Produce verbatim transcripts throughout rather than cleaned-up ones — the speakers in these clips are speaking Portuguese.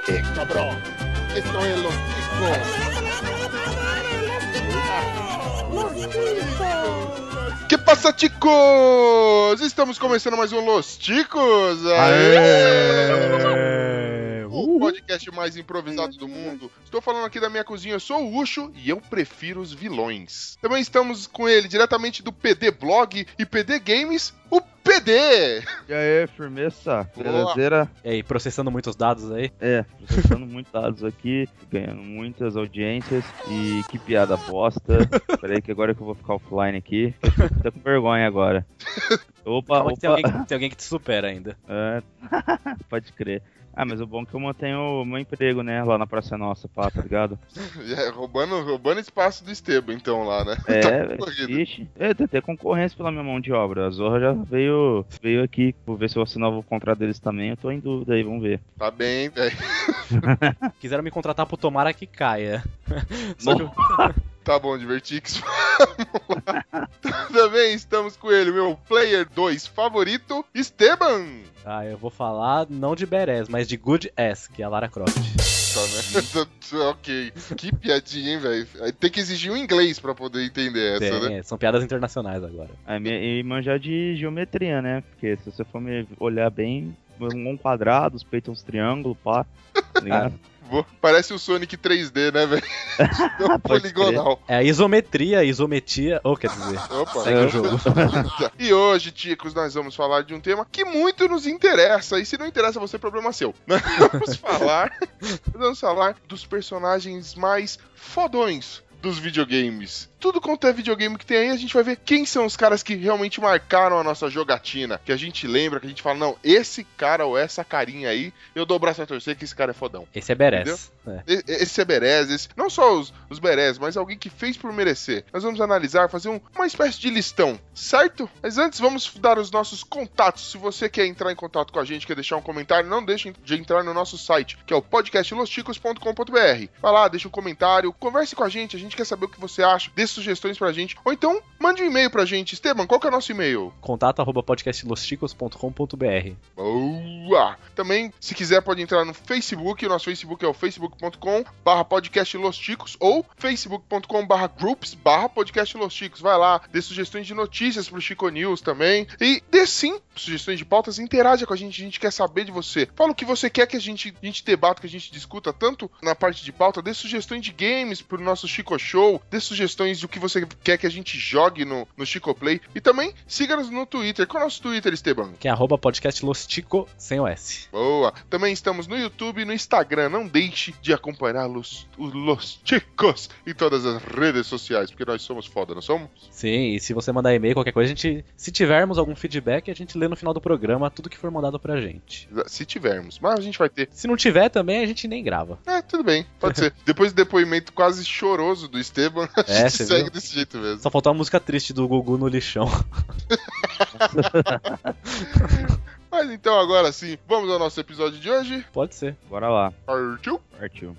Eh, cabrón. Esto es Los Ticos. Que passa, ticos? Estamos começando mais um Los Ticos. Aê! O podcast mais improvisado do mundo. Estou falando aqui da minha cozinha, eu sou o Ucho e eu prefiro os vilões. Também estamos com ele, diretamente do P D Blog e P D Games, o P D! E aí, firmeza? Belezeira? E aí, processando muitos dados aí? É, processando muitos dados aqui, ganhando muitas audiências e que piada bosta. Peraí que agora que eu vou ficar offline aqui, eu tô com vergonha agora. Opa, Calma, opa. Tem, alguém, tem alguém que te supera ainda. É, pode crer. Ah, mas o bom é que eu mantenho o meu emprego, né, lá na Praça Nossa, pá, tá ligado? É, roubando, roubando espaço do Esteban, então, lá, né? É, Tá corrido. vixe. É, tem até concorrência pela minha mão de obra. A Zorra já veio, veio aqui, vou ver se eu assinar o contrato deles também. Eu tô em dúvida aí, vamos ver. Tá bem, velho. Quiseram me contratar pro Tomara que caia. Só que eu- Tá bom, Divertix. Vamos lá. Também estamos com ele, meu Player dois favorito, Esteban. Ah, eu vou falar não de Beres, mas de Good Ass, que é a Lara Croft. Tá, né? Ok. Que piadinha, hein, velho? Aí tem que exigir um inglês pra poder entender essa, Tem, né? é, são piadas internacionais agora. É, me- e manjar de geometria, né? Porque se você for me olhar bem, um quadrado, os peitos uns triângulos, pá. Tá ligado? Vou- Parece o Sonic três D, né, velho? Pode Poligonal. É a isometria, isometria, ou quer dizer, Opa. segue o jogo. E hoje, ticos, nós vamos falar de um tema que muito nos interessa. E se não interessa você, problema seu. Nós vamos falar, vamos falar dos personagens mais fodões dos videogames. Tudo quanto é videogame que tem aí, a gente vai ver quem são os caras que realmente marcaram a nossa jogatina. Que a gente lembra, que a gente fala, não, esse cara ou essa carinha aí, eu dou o braço a torcer que esse cara é fodão. Esse é Beres. É. E- Esse é Berez, esse, não só os, os Berez, mas alguém que fez por merecer. Nós vamos analisar, fazer um- uma espécie de listão, certo? Mas antes, vamos dar os nossos contatos. Se você quer entrar em contato com a gente, quer deixar um comentário, não deixe de entrar no nosso site, que é o podcast los ticos ponto com ponto b r. Vai lá, deixa um comentário, converse com a gente, a gente quer saber o que você acha, dê sugestões pra gente. Ou então, mande um e-mail pra gente. Esteban, qual que é o nosso e-mail? Contato arroba podcastlosticos ponto com ponto b r. Boa! Também, se quiser, pode entrar no Facebook. O nosso Facebook é o facebook ponto com barra podcast Los Ticos ou facebook ponto com barra groups barra podcast Los Ticos. Vai lá, dê sugestões de notícias pro Chico News também. E dê sim sugestões de pautas, interaja com a gente, a gente quer saber de você. Fala o que você quer que a gente, a gente debata, que a gente discuta, tanto na parte de pauta, dê sugestões de games pro nosso Chico Show, dê sugestões do que você quer que a gente jogue no, no Chico Play. E também, siga-nos no Twitter. Qual é o nosso Twitter, Esteban? Que é arroba podcastlostico sem o S. Boa! Também estamos no YouTube e no Instagram. Não deixe de acompanhar os, os Los Ticos em todas as redes sociais, porque nós somos foda, não somos? Sim, e se você mandar e-mail, qualquer coisa, a gente, se tivermos algum feedback, a gente lê no final do programa tudo que for mandado pra gente. Se tivermos. Mas a gente vai ter. Se não tiver também, a gente nem grava. É, tudo bem, pode ser. Depois do depoimento quase choroso do Esteban, a É, gente você segue viu? desse jeito mesmo. Só faltou a música triste do Gugu no lixão. Mas então, agora sim, vamos ao nosso episódio de hoje. Pode ser. Bora lá, Partiu! partiu.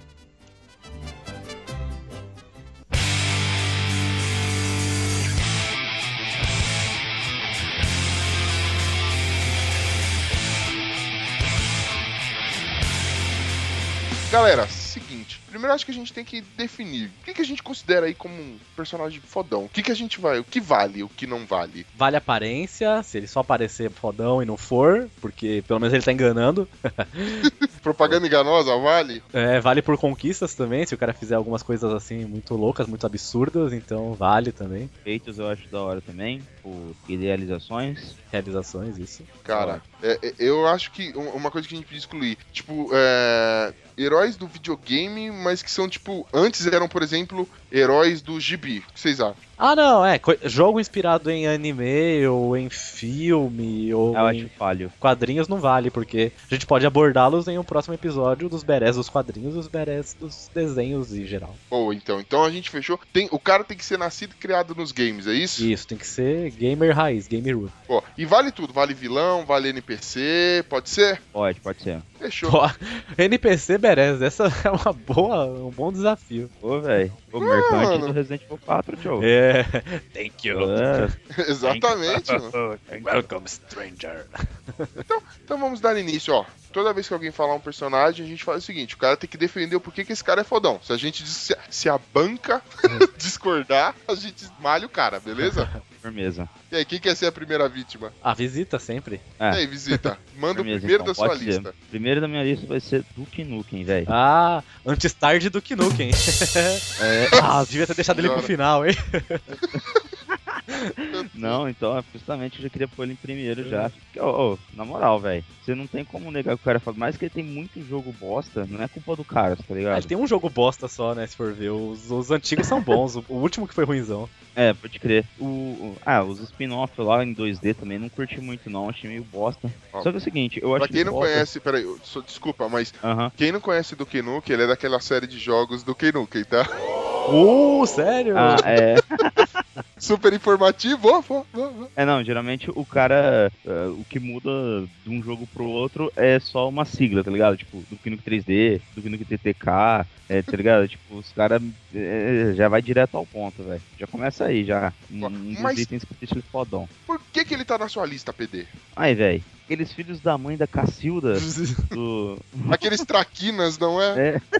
Galera, seguinte. Primeiro acho que a gente tem que definir o que, que a gente considera aí como um personagem fodão. O que, que a gente vai, o que vale, o que não vale. Vale a aparência, se ele só aparecer fodão e não for, porque pelo menos ele tá enganando. Propaganda enganosa, vale? É, vale por conquistas também, se o cara fizer algumas coisas assim muito loucas, muito absurdas, então vale também. Feitos eu acho da hora também, por idealizações. Realizações, isso. Cara, é, é, eu acho que um- uma coisa que a gente precisa excluir, tipo, é, heróis do videogame, mas que são, tipo, antes eram, por exemplo, heróis do gibi. O que vocês acham? Ah, não, é, co- jogo inspirado em anime, ou em filme, ou Eu em acho falho. quadrinhos não vale, porque a gente pode abordá-los em um próximo episódio dos berés dos quadrinhos e dos berés dos desenhos em geral. Ou então, então a gente fechou. Tem, o cara tem que ser nascido e criado nos games, é isso? Isso, tem que ser gamer raiz, gamer root. Ó, e vale tudo, vale vilão, vale N P C, pode ser? Pode, pode ser. Fechou. Pô, N P C badass. Essa é uma boa, um bom desafio. Ô, velho. O Não, mercante mano. do Resident Evil quatro, tio. É. Thank you. É. Exatamente, mano. Welcome, stranger. Então vamos dar início, ó. Toda vez que alguém falar um personagem, a gente faz o seguinte: o cara tem que defender o porquê que esse cara é fodão. Se a gente se, se a banca discordar, a gente malha o cara, beleza? Firmeza. E aí, quem quer ser a primeira vítima? A visita sempre. É. E aí, visita, manda Firmeza, o primeiro então, da sua pode ser. lista. Primeiro da minha lista vai ser Duke Nukem, velho. Ah, antes tarde do que nunca, hein? É, Ah, devia ter deixado ele pro Senhora. final, hein? não, então, justamente eu já queria pôr ele em primeiro já. Porque, ô, ô, na moral, velho, você não tem como negar que o cara fala, mais que ele tem muito jogo bosta, não é culpa do cara, tá Ah, ligado? ele tem um jogo bosta só, né, se for ver. Os, os antigos são bons, o, o último que foi ruinzão. É, pode crer. O, o- ah, os spin-off lá em dois D também não curti muito não, achei meio bosta. Ó, Só que é o seguinte, eu acho Pra que quem não bosta- conhece, peraí, eu só- desculpa, mas Aham. quem não conhece do Duke Nukem, ele é daquela série de jogos do Duke Nukem, tá? Uh, sério? Ah, é. Super informativo, ó, ó, ó, ó. É, não, geralmente o cara, é, o que muda de um jogo pro outro é só uma sigla, tá ligado? Tipo, Duke Nukem três D, Duke Nukem T T K, é, tá ligado? Tipo, os caras é, já vai direto ao ponto, velho. Já começa aí, já. Um, um dos Mas- itens que deixa ele fodão. Por que que ele tá na sua lista, P D? Aí, velho, aqueles filhos da mãe da Cacilda do... Aqueles traquinas, não é? É.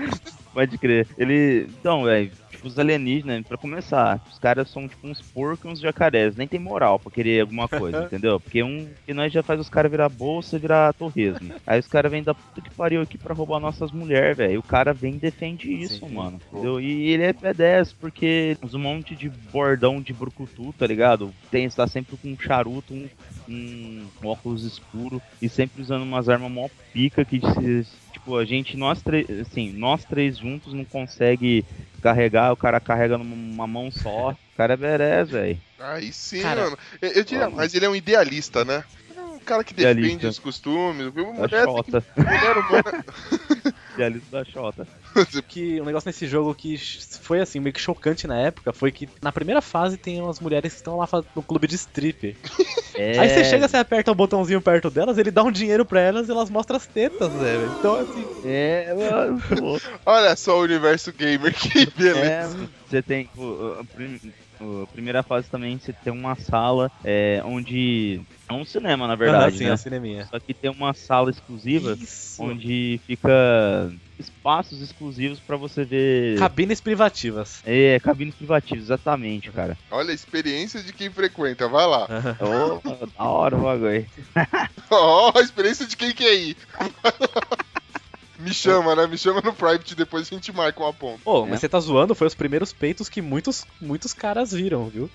Pode crer. Ele. Então, velho, tipo, os alienígenas, pra começar, os caras são tipo uns porcos e uns jacarés. Nem tem moral pra querer alguma coisa, entendeu? Porque um que nós já faz os caras virar bolsa e virar torresmo. Aí os caras vêm da puta que pariu aqui pra roubar nossas mulheres, velho. O cara vem e defende isso, Sim. mano. Entendeu? E ele é P dez porque usa um monte de bordão de brucutu, tá ligado? Tem, está sempre com um charuto, um, um óculos escuro e sempre usando umas armas mó pica que se. Tipo, a gente, nós três, assim, nós três juntos não consegue carregar, o cara carrega numa mão só. O cara é berés, velho. Aí sim, Cara, mano. Eu, eu diria, vamos. mas ele é um idealista, né? Ele é um cara que defende Idealista. os costumes. Viu? Da Mulher, tem que- Xota. mulher humana. Idealista da Xota. Que um negócio nesse jogo que foi assim, meio que chocante na época, foi que na primeira fase tem umas mulheres que estão lá fa- no clube de strip. É... Aí você chega, você aperta o botãozinho perto delas, ele dá um dinheiro pra elas e elas mostram as tetas, velho. Então assim. É, mano, muito louco. Olha só o universo gamer, que beleza. É, você tem. o- a prim- a primeira fase também, você tem uma sala é, onde. É um cinema, na verdade. Aham, sim, né? é um cineminha. Só que tem uma sala exclusiva Isso. onde fica espaços exclusivos pra você ver. Cabines privativas. É, cabines privativas, exatamente, cara. Olha a experiência de quem frequenta, vai lá. Ô, da hora o bagulho. Ó, a experiência de quem quer ir. Me chama, né? Me chama no private, depois a gente marca uma ponta. Pô, É. mas você tá zoando, foi os primeiros peitos que muitos, muitos caras viram, viu?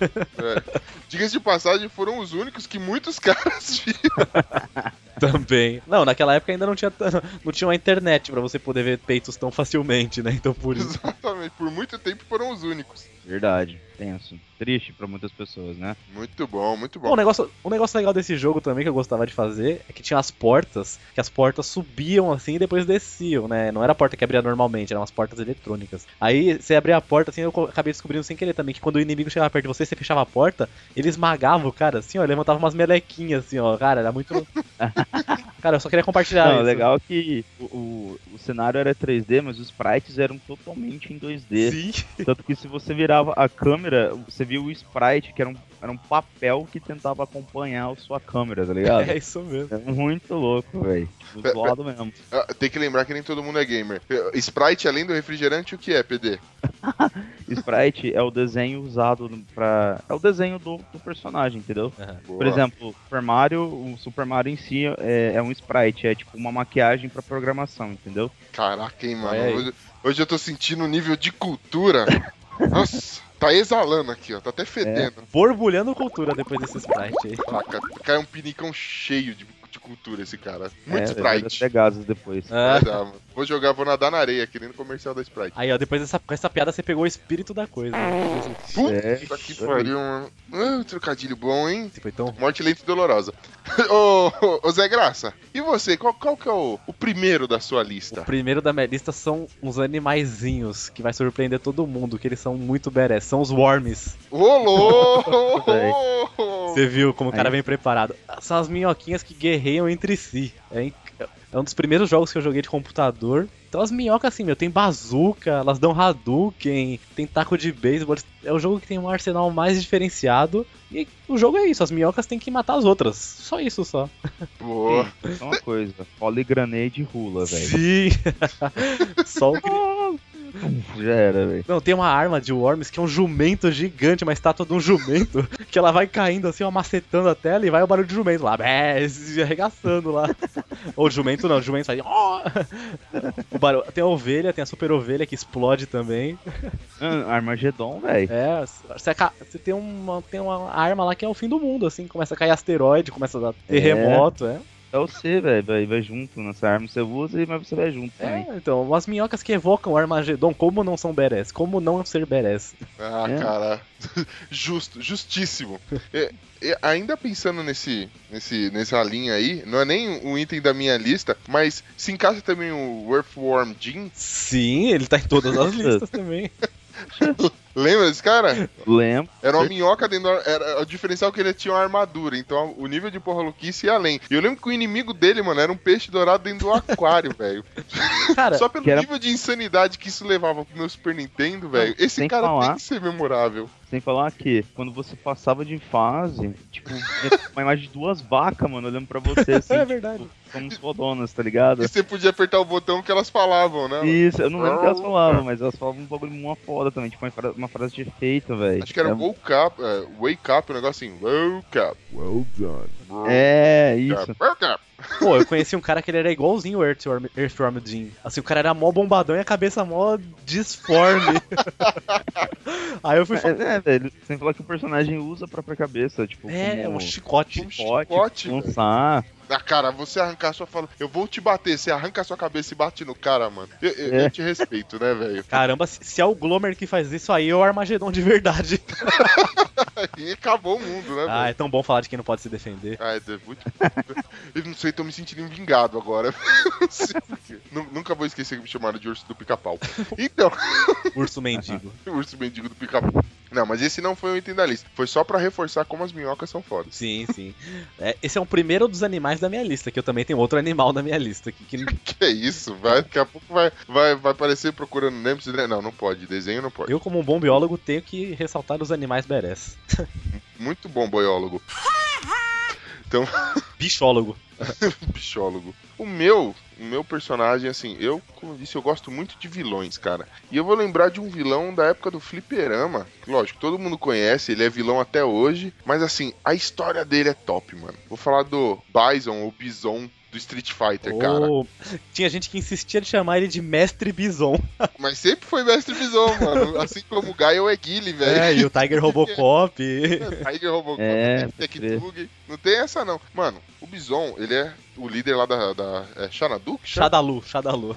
É. Diga-se de passagem, foram os únicos que muitos caras viram. Também. Não, naquela época ainda não tinha, t- não tinha uma internet pra você poder ver peitos tão facilmente, né? Então por isso. Exatamente, por muito tempo foram os únicos. Verdade, tenso. Triste pra muitas pessoas, né? Muito bom, muito Bom, bom. um negócio, um negócio legal desse jogo também que eu gostava de fazer é que tinha as portas, que as portas subiam assim e depois desciam, né? Não era a porta que abria normalmente, eram as portas eletrônicas. Aí você abria a porta assim, eu co- acabei descobrindo sem querer também que quando o inimigo chegava perto de você, você fechava a porta, ele esmagava o cara assim, ó, levantava umas melequinhas assim, ó. Cara, era muito. Cara, eu só queria compartilhar Não, isso. legal que o, o, o cenário era três D, mas os sprites eram totalmente em dois D. Sim. Tanto que se você virava a câmera, você via o sprite, que era um, era um papel que tentava acompanhar a sua câmera, tá ligado? É isso mesmo. É muito louco, velho. Muito Pé- zoado mesmo. Ah, tem que lembrar que nem todo mundo é gamer. Sprite, além do refrigerante, o que é, P D? Sprite é o desenho usado no- pra. É o desenho do, do personagem, entendeu? Boa. Por exemplo, o Super Mario, o Super Mario em si é, é um sprite, é tipo uma maquiagem pra programação, entendeu? Caraca, hein, mano. Olha aí. Hoje, hoje eu tô sentindo um nível de cultura. Nossa, tá exalando aqui, ó. Tá até fedendo. Borbulhando cultura depois desse sprite aí. Caraca, cai um pinicão cheio de, de cultura esse cara. Muito é, vai dar Sprite. até gases depois. Ah. Vai dar, mano. Vou jogar, vou nadar na areia, aqui nem no comercial da Sprite. Aí, ó, depois dessa, com essa piada você pegou o espírito da coisa. Puta É, que isso aí. pariu, mano. Ah, trocadilho bom, hein? Foi tão. Morte lenta e dolorosa. ô, ô, ô, Zé Graça, e você? Qual, qual que é o, o primeiro da sua O lista? primeiro da minha lista são uns animaizinhos que vai surpreender todo mundo, que eles são muito badass. São os Worms. Ô, louco! Você viu como o cara Aí. vem preparado. São as minhoquinhas que guerreiam entre si. É inc- É um dos primeiros jogos que eu joguei de computador. Então as minhocas assim, meu, tem bazuca, elas dão Hadouken, tem taco de beisebol. É o jogo que tem um arsenal mais diferenciado. E o jogo é isso, as minhocas têm que matar as outras. Só isso, só. Boa. Sim, só uma coisa, Polygranade rula, velho. Sim. Só o que... Já era, velho. Não, tem uma arma de Worms que é um jumento gigante, uma estátua de um jumento, que ela vai caindo assim, ó, macetando a tela e vai o barulho de jumento lá, bé, se arregaçando lá. Ou jumento não, o jumento faz... Oh! O barulho... Tem a ovelha, tem a super ovelha que explode também. Ah, Armagedon, velho. É, você, aca- você tem, uma, tem uma arma lá que é o fim do mundo, assim, começa a cair asteroide, começa a dar terremoto, é. É você, velho, vai, vai junto nessa arma, você usa, mas você vai junto também. É, então, umas minhocas que evocam o Armagedon, como não são badass? Como não ser badass? Ah, É. cara. Justo, justíssimo. E- e ainda pensando nesse, nesse, nessa linha aí, não é nem um item da minha lista, mas se encaixa também o Earthworm Jim. Sim, ele tá em todas as listas também. Lembra desse cara? Lembro. Era uma minhoca dentro da... Era, o diferencial é que ele tinha uma armadura, então o nível de porra louquice ia além. E eu lembro que o inimigo dele, mano, era um peixe dourado dentro do aquário, velho. Cara, Só pelo que era- nível de insanidade que isso levava pro meu Super Nintendo, velho. Esse sem cara falar- tem que ser memorável. Sem falar que, quando você passava de fase, tipo, uma imagem de duas vacas, mano, olhando pra você, assim, é tipo, verdade. como os fodonas, tá ligado? E você podia apertar o botão que elas falavam, né? Isso, eu não lembro o que elas falavam, mas elas falavam um bagulho uma foda também, tipo, uma, fra- uma frase de efeito, velho. Acho que era é, woke up, é, wake up, um negócio assim, woke up. Well done. é, isso. Woke up. Pô, eu conheci um cara que ele era igualzinho o Earthworm, Earthworm Jim. Assim, o cara era mó bombadão e a cabeça mó disforme. Aí eu fui falar, É, é, velho, sem falar que o personagem usa a própria cabeça, tipo, é, como um chicote. Um chicote, chicote, velho. lançar. Ah, cara, você arrancar sua fala, eu vou te bater, você arranca a sua cabeça e bate no cara, mano. Eu, eu- É. eu te respeito, né, velho? Caramba, se, se é o Glomer que faz isso aí, é o Armagedon de verdade. E acabou o mundo, né, Ah, velho? é tão bom falar de quem não pode se defender. Ah, é muito. Eu não sei, tô me sentindo vingado agora. Não sei por quê. Nu- Nunca vou esquecer que me chamaram de urso do pica-pau. Então, Urso mendigo. urso mendigo do pica-pau. Não, mas esse não foi o item da lista. Foi só pra reforçar como as minhocas são fodas. Sim, sim. É, esse é o primeiro dos animais da minha lista, que eu também tenho outro animal na minha lista. Que, que... Que é isso? Vai, daqui a pouco vai, vai, vai aparecer procurando Nemesis. né? Não, não pode. Desenho não pode. Eu, como um bom biólogo, tenho que ressaltar os animais badass. Muito bom, boiólogo. Então, Bichólogo. bichólogo. O meu, o meu personagem, assim, eu, como eu disse, eu gosto muito de vilões, cara. E eu vou lembrar de um vilão da época do Fliperama. Lógico, todo mundo conhece, ele é vilão até hoje. Mas, assim, a história dele é top, mano. Vou falar do Bison, ou Bison, do Street Fighter, cara. Oh, tinha gente que insistia de chamar ele de Mestre Bison. Mas sempre foi Mestre Bison, mano. Assim como o Gaio é Guile, velho. É, e o Tiger Robocop. Tiger Robocop, É, Tech pode Tug. Não tem essa, não. Mano, o Bison, ele é o líder lá da... da é Xanadu? que chama? Shadalu, Shadalu.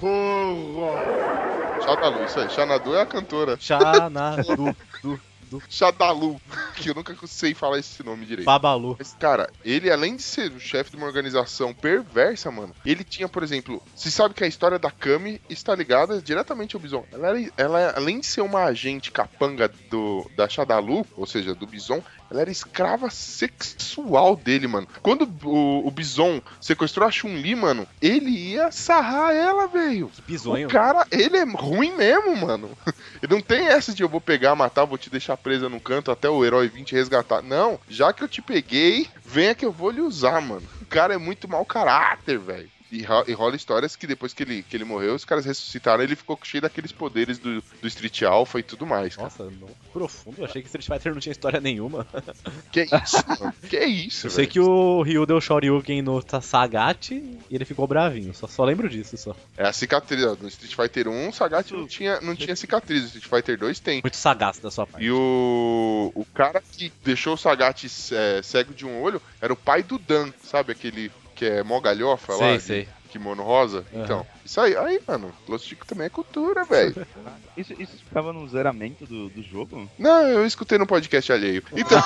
Xadalu, isso aí. Xanadu é a cantora. Xanadu, du, du, Xadalu, que eu nunca sei falar esse nome direito. Babalu. Mas, cara, ele além de ser o chefe de uma organização perversa, mano, ele tinha, por exemplo, você sabe que a história da Kami está ligada diretamente ao Bison. Ela, era, ela além de ser uma agente capanga do, da Xadalu, ou seja, do Bison, ela era escrava sexual dele, mano. Quando o, o Bison sequestrou a Chun-Li, mano, ele ia sarrar ela, velho. Que bizonho. O cara, ele é ruim mesmo, mano. Ele não tem essa de eu vou pegar, matar, vou te deixar presa no canto até o herói vir te resgatar. Não, já que eu te peguei, venha que eu vou lhe usar, mano. O cara é muito mau caráter, velho. E, ro- e rola histórias que depois que ele, que ele morreu, os caras ressuscitaram, ele ficou cheio daqueles poderes do, do Street Alpha e tudo mais, cara. Nossa, não, profundo. Eu achei que Street Fighter não tinha história nenhuma. Que isso, mano? Que isso, Eu sei velho? que o Ryu deu Shoryuken no Sagat e ele ficou bravinho. Só, só lembro disso, só. É a cicatriz, ó. No Street Fighter um, o Sagat não tinha, não tinha cicatriz. No Street Fighter dois tem. Muito sagaz da sua parte. E o, o cara que deixou o Sagat é, cego de um olho era o pai do Dan, sabe? Aquele que é mó galhofa Sei, lá, de sei. kimono rosa. Uhum. Então, isso aí, aí, mano, Lost Chico também é cultura, velho. Isso, isso ficava no zeramento do, do jogo? Não, eu escutei no podcast alheio. Então,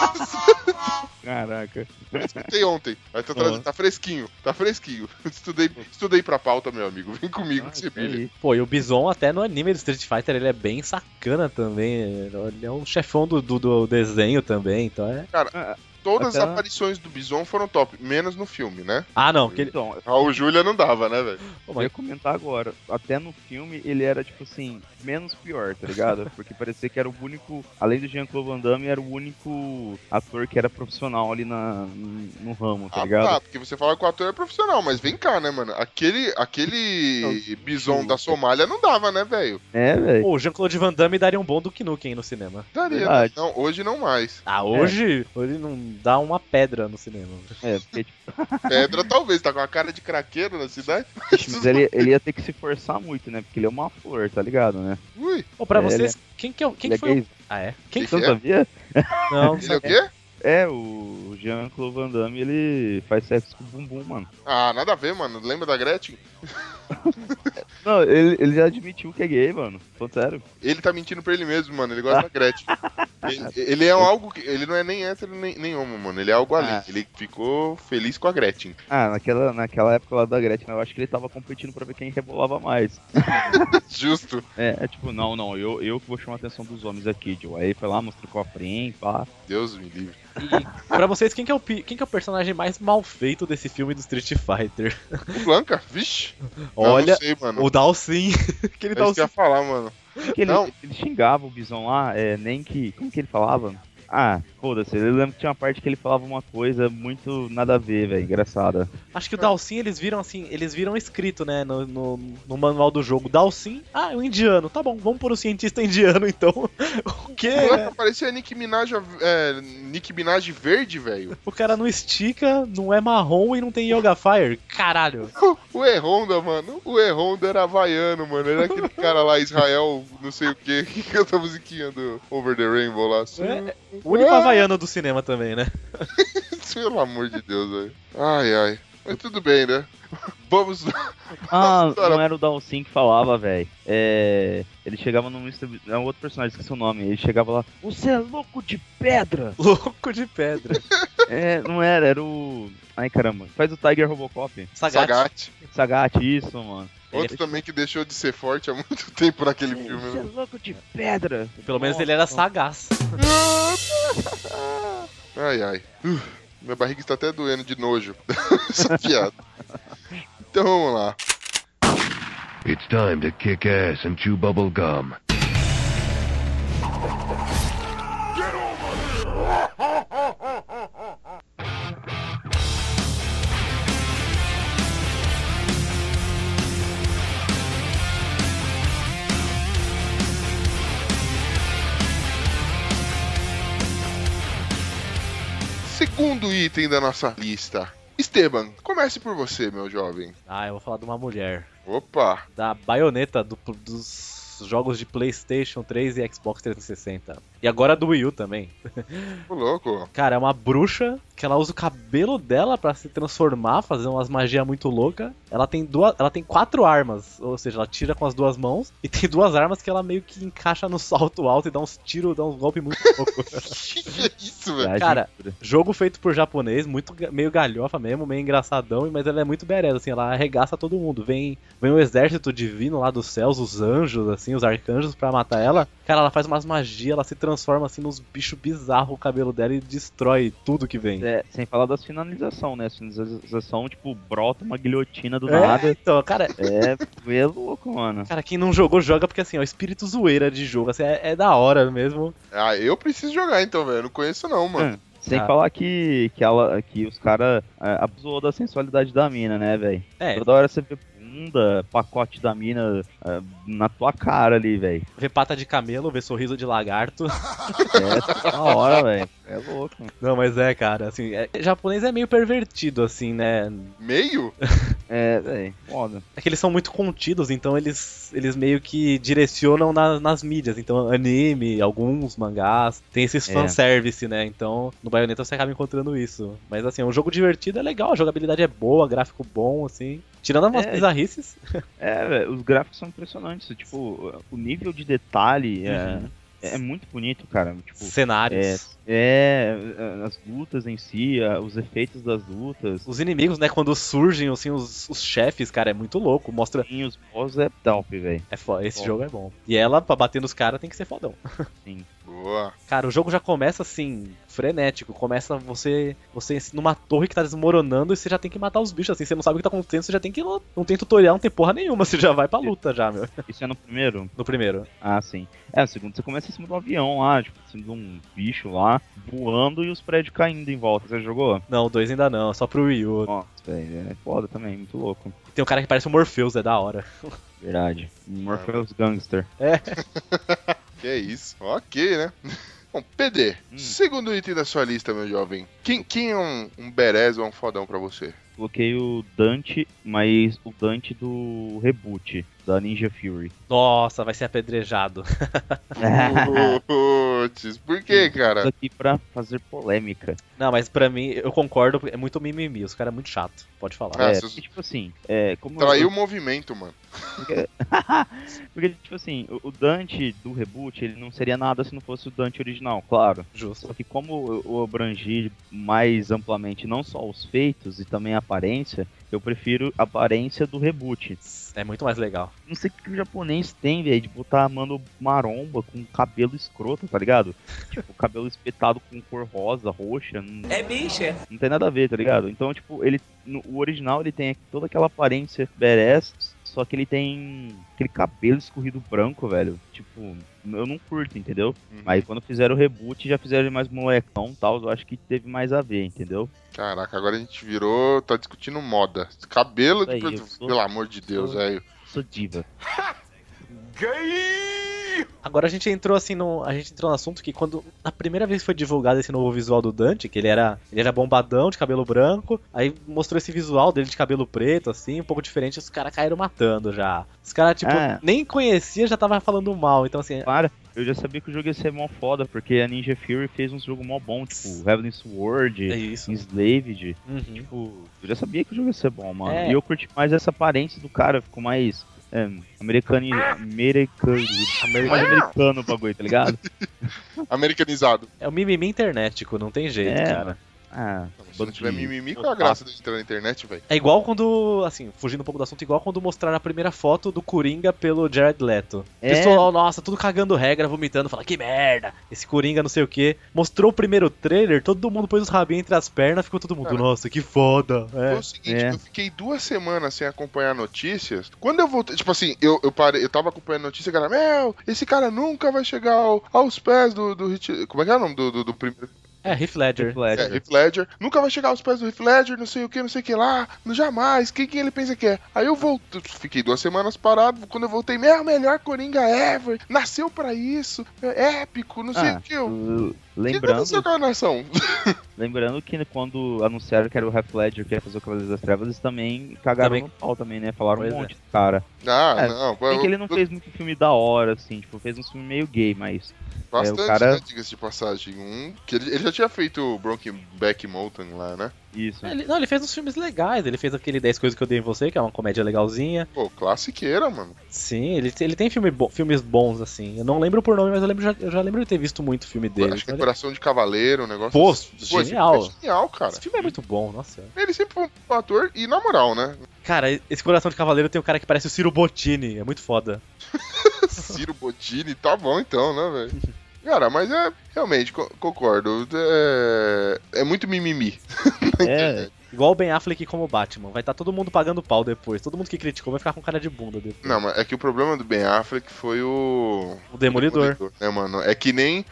Caraca. eu escutei ontem. Aí tá, trazendo- Uhum. tá fresquinho, tá fresquinho. Estudei, estudei pra pauta, meu amigo. Vem comigo Ah, que você isso brilha. aí. Pô, e o Bison até no anime do Street Fighter ele é bem sacana também. Ele é um chefão do, do, do desenho também, então é. todas Até- as aparições do Bison foram top, menos no filme, né? Ah, não, que ele... Então, Raul Júlia não dava, né, velho? eu ia comentar agora. Até no filme ele era, tipo assim, menos pior, tá ligado? Porque parecia que era o único, além do Jean-Claude Van Damme, era o único ator que era profissional ali na, no ramo, tá Ah, ligado? tá, porque você fala que o ator é profissional, mas vem cá, né, mano? Aquele, aquele Bison da Somália não dava, né, velho? É, velho. Pô, o Jean-Claude Van Damme daria um bom Duke Nukem no cinema. Daria, Verdade. não, hoje não mais. Ah, hoje, hoje não dá uma pedra no cinema. É, porque, tipo, Pedra talvez, tá com a cara de craqueiro na cidade. mas ele, ele ia ter que se forçar muito, né? Porque ele é uma flor, tá ligado, né? Ui, Pô, pra É, vocês, quem que, é, o- quem ele que é foi gay. o... Ah, é? Quem que Quem Você é? não sabia? Não, não ele é o sabia. quê? É, o Jean-Claude Van Damme, ele faz sexo com o bumbum, mano. Ah, nada a ver, mano. Lembra da Gretchen? Não, ele, ele já admitiu que é gay, mano. Tô sério. Ele tá mentindo pra ele mesmo, mano. Ele gosta da Gretchen. Ele, ele é um algo que. Ele não é nem hétero nem, nem homo, mano. Ele é algo além. Ah. Ele ficou feliz com a Gretchen. Ah, naquela, naquela época lá da Gretchen, eu acho que ele tava competindo pra ver quem rebolava mais. Justo. É, é tipo, não, não, eu, eu que vou chamar a atenção dos homens aqui, Joe. Aí foi lá, mostrou com a frente, pá. Deus me livre. E pra vocês, quem que, é o, pi- quem que é o personagem mais mal feito desse filme do Street Fighter? O Blanca? Vixe. Não, Olha, não sei, mano. o Dalsin. Aquele É isso que eu ia Dalsin. falar, mano. Que ele, Não. ele xingava o Bison lá, é, nem que. Como que ele falava? Ah, foda-se, eu lembro que tinha uma parte que ele falava uma coisa muito nada a ver, velho, engraçada. Acho que o Dalsin eles viram assim, eles viram escrito, né, no, no, no manual do jogo. Dalsin, ah, é um indiano. Tá bom, vamos pôr o cientista indiano então. O quê? O Blanca parecia Nick Minaj, é, Nick Minaj verde, velho. O cara não estica, não é marrom e não tem Yoga Fire. Caralho. O E-Honda, mano. O E-Honda era havaiano, mano. Era aquele cara lá, Israel, não sei o que, que canta a musiquinha do Over the Rainbow lá. É, o único havaiano do cinema também, né? Pelo amor de Deus, velho. Ai, ai. Mas tudo bem, né? Vamos. Ah, Cara, não era o Dalsin que falava, velho. É. Ele chegava no mister B- é um outro personagem, esqueci o nome. Ele chegava lá, você é louco de pedra! Louco de pedra. É, não era, era o. Ai caramba, faz o Tiger Robocop. Sagat. Sagat. Sagat, isso, mano. Outro Ele- também que deixou de ser forte há muito tempo naquele filme. Você é né? louco de pedra! Pelo menos Nossa. ele era sagaz. Ai, ai. Uh, minha barriga está até doendo de nojo. Essa piada. Então vamos lá. It's time to kick ass and chew bubble gum. Segundo item da nossa lista. Esteban, comece por você, meu jovem. Ah, eu vou falar de uma mulher. Opa. Da baioneta do- dos jogos de PlayStation três e Xbox trezentos e sessenta. E agora do Wii U também. Ô, louco. Cara, é uma bruxa que ela usa o cabelo dela pra se transformar, fazer umas magias muito loucas. Ela tem duas, ela tem quatro armas, ou seja, ela tira com as duas mãos e tem duas armas que ela meio que encaixa no salto alto e dá uns tiros, dá uns golpes muito loucos. Que é isso, velho? Verdade, Cara, pura. Jogo feito por japonês, muito ga- meio galhofa mesmo, meio engraçadão, mas ela é muito badass, assim, ela arregaça todo mundo. Vem, vem o exército divino lá dos céus, os anjos, assim, os arcanjos pra matar ela. Cara, ela faz umas magias, ela se transforma assim nos bichos bizarros o cabelo dela e destrói tudo que vem. É, sem falar das finalizações, né? As finalização, tipo, brota uma guilhotina do É, nada. então, cara, É, é louco, mano. cara, quem não jogou, joga, porque assim, é o espírito zoeira de jogo, assim, é, é da hora mesmo. Ah, eu preciso jogar então, velho. Não conheço não, mano. Hum, Sem Ah. falar que, que, ela, que os caras abusou da sensualidade da mina, né, velho? É, Toda hora você vê bunda, pacote da mina ah, na tua cara ali, velho. vê pata de camelo, vê sorriso de lagarto. É da hora, velho. É louco. Não, mas é, cara, assim, é, japonês é meio pervertido, assim, né? Meio? É, velho, foda. É que eles são muito contidos, então eles, eles meio que direcionam na- nas mídias. Então, anime, alguns mangás, tem esses É. fanservice, né? Então, no Bayonetta você acaba encontrando isso. Mas assim, é um jogo divertido, é legal, a jogabilidade é boa, gráfico bom, assim. Tirando umas É. bizarrices. É, velho, os gráficos são impressionantes. Tipo, o nível de detalhe é, Uhum. é muito bonito, cara. Tipo, Cenários. É, É, as lutas em si, os efeitos das lutas. Os inimigos, né, quando surgem, assim, os, os chefes, cara, é muito louco. Mostra. Sim, os boss é top, velho. É foda, esse Bom. jogo é bom. E ela, pra bater nos caras, tem que ser fodão. Sim. Boa. Cara, o jogo já começa assim, frenético. Começa você você numa torre que tá desmoronando e você já tem que matar os bichos, assim. Você não sabe o que tá acontecendo, você já tem que ir lá. Não tem tutorial, não tem porra nenhuma, você já vai pra luta já, meu. Isso é no primeiro? No primeiro. Ah, sim. É, no segundo você começa em cima de um avião lá, tipo, em cima de um bicho lá, voando e os prédios caindo em volta. Você jogou? Não, o dois ainda não, é só pro Wii U. Nossa, velho, é foda também, muito louco. Tem um cara que parece o Morpheus, é da hora. Verdade. Morpheus Gangster. É. Que é isso. Ok, né? Bom, P D, Hum. segundo item da sua lista, meu jovem. Quem, quem é um, um badass ou um fodão pra você? Coloquei o Dante, mas o Dante do reboot, da Ninja Fury. Nossa, vai ser apedrejado. Putz, por que, Isso cara? aqui pra fazer polêmica. Não, mas pra mim, eu concordo, é muito mimimi, os caras é muito chato, pode falar. Ah, é, seus- porque, tipo assim, é, como Traiu eu- o movimento, mano. Porque, porque, tipo assim, o- o Dante do reboot, ele não seria nada se não fosse o Dante original, claro. Justo. Só que como eu- eu abrangi mais amplamente não só os feitos e também a aparência, eu prefiro a aparência do reboot. É muito mais legal. Não sei o que o japonês tem, velho, de botar a mano maromba com cabelo escroto, tá ligado? Tipo, cabelo espetado com cor rosa, roxa. Não, É bicha. não tem nada a ver, tá ligado? Então, tipo, ele no, o original ele tem toda aquela aparência badass, só que ele tem aquele cabelo escorrido branco, velho. Tipo, eu não curto, entendeu? Uhum. Aí quando fizeram o reboot, já fizeram ele mais molecão e tal, eu acho que teve mais a ver, entendeu? Caraca, agora a gente virou. Tá discutindo moda. Cabelo de. Isso aí, eu sou- Pelo amor de Deus, sou- velho. Sou diva. Agora a gente entrou assim no. A gente entrou no assunto que quando. A primeira vez que foi divulgado esse novo visual do Dante, que ele era. Ele era bombadão, de cabelo branco. Aí mostrou esse visual dele de cabelo preto, assim, um pouco diferente, os caras caíram matando já. Os caras, tipo, É. nem conhecia, já tava falando mal. Então, assim, Para, eu já sabia que o jogo ia ser mó foda, porque a Ninja Fury fez um jogo mó bom, tipo, Heavenly Sword, é isso. Enslaved. Uhum. Tipo, eu já sabia que o jogo ia ser bom, mano. É. E eu curti mais essa aparência do cara, ficou mais é, americani... americano. Mais americano o bagulho, tá ligado? Americanizado. É o mimimi internetico, não tem jeito, É, cara. Ah, Se não tiver bandido. mimimi, qual a graça de entrar na internet, velho? É igual quando, assim, fugindo um pouco do assunto, igual quando mostraram a primeira foto do Coringa pelo Jared Leto. É. Pessoal, nossa, tudo cagando regra, vomitando, fala, que merda, esse Coringa não sei o que. Mostrou o primeiro trailer, todo mundo pôs os rabinhos entre as pernas, ficou todo mundo, Cara, nossa, que foda. Foi É. o seguinte, É. eu fiquei duas semanas sem acompanhar notícias. Quando eu voltei, tipo assim, eu, eu parei, eu tava acompanhando notícia, cara, meu, esse cara nunca vai chegar ao- aos pés do, do Hit- como é que é o nome do, do, do primeiro? É, Heath Ledger. Heath Ledger. É, Heath Ledger. Nunca vai chegar aos pés do Heath Ledger, não sei o que, não sei o que lá, não, jamais, quem, quem ele pensa que é? Aí eu voltei, fiquei duas semanas parado, quando eu voltei, meu, melhor Coringa ever, nasceu pra isso, é épico, não sei Ah, o que. Eu... l- O que lembrando, aconteceu com a nação? lembrando que quando anunciaram que era o Heath Ledger que ia fazer o Cavaleiro das Trevas, eles também cagaram Também. no pau também, né? Falaram Pois um é. monte do cara. Ah, É, não, Bem eu- que ele não eu- fez muito filme da hora, assim, tipo, fez um filme meio gay, mas... bastante, é, o cara- né, diga-se de passagem. Um, que ele, ele já tinha feito o Brokeback Mountain lá, né? Isso. Ele, não, ele fez uns filmes legais, ele fez aquele dez Coisas que eu dei em você, que é uma comédia legalzinha. Pô, classiqueira, mano. Sim, ele, ele tem filme bo- filmes bons, assim. Eu não lembro por nome, mas eu, lembro, já, eu já lembro de ter visto muito filme dele. Acho que é Então, Coração de Cavaleiro, um negócio Pô, assim. Pô, esse genial. filme é genial, cara. Esse filme é muito bom, nossa. Ele sempre foi um ator, e na moral, né? Cara, esse Coração de Cavaleiro tem um cara que parece o Ciro Bottini, é muito foda. Ciro Bottini, tá bom então, né, velho? Cara, mas é, realmente, co- concordo. É, é muito mimimi. É, Igual o Ben Affleck como Batman. Vai estar todo mundo pagando pau depois. Todo mundo que criticou vai ficar com cara de bunda depois. Não, mas é que o problema do Ben Affleck foi o... O Demolidor. né, mano? É que nem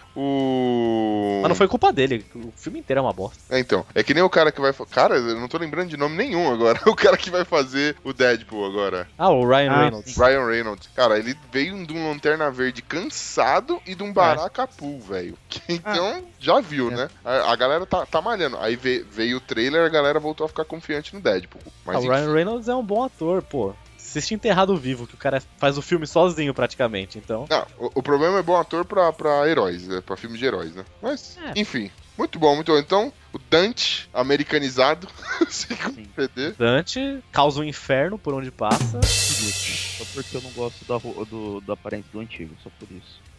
o... Mas não foi culpa dele. O filme inteiro é uma bosta. É, então. É que nem o cara que vai... fa- Cara, eu não tô lembrando de nome nenhum agora. O cara que vai fazer o Deadpool agora. Ah, o Ryan Ah, Reynolds. Ryan Reynolds. Cara, ele veio de um Lanterna Verde cansado e de um Baracapu, velho. Então, já viu, É. né? A, a galera tá, tá malhando. Aí veio, veio o trailer, a galera voltou a ficar confiante no Deadpool. Mas Ah, o Ryan Reynolds é um bom ator, pô. Assiste Enterrado Vivo, que o cara faz o filme sozinho praticamente, então... Não, o, o problema é bom ator pra, pra heróis, né? Pra filmes de heróis, né? Mas, É. enfim. Muito bom, muito bom. Então, o Dante, americanizado, segundo Sim. o P D. Dante causa um inferno por onde passa. só porque eu não gosto da, ro- do, da aparência do antigo, só por isso.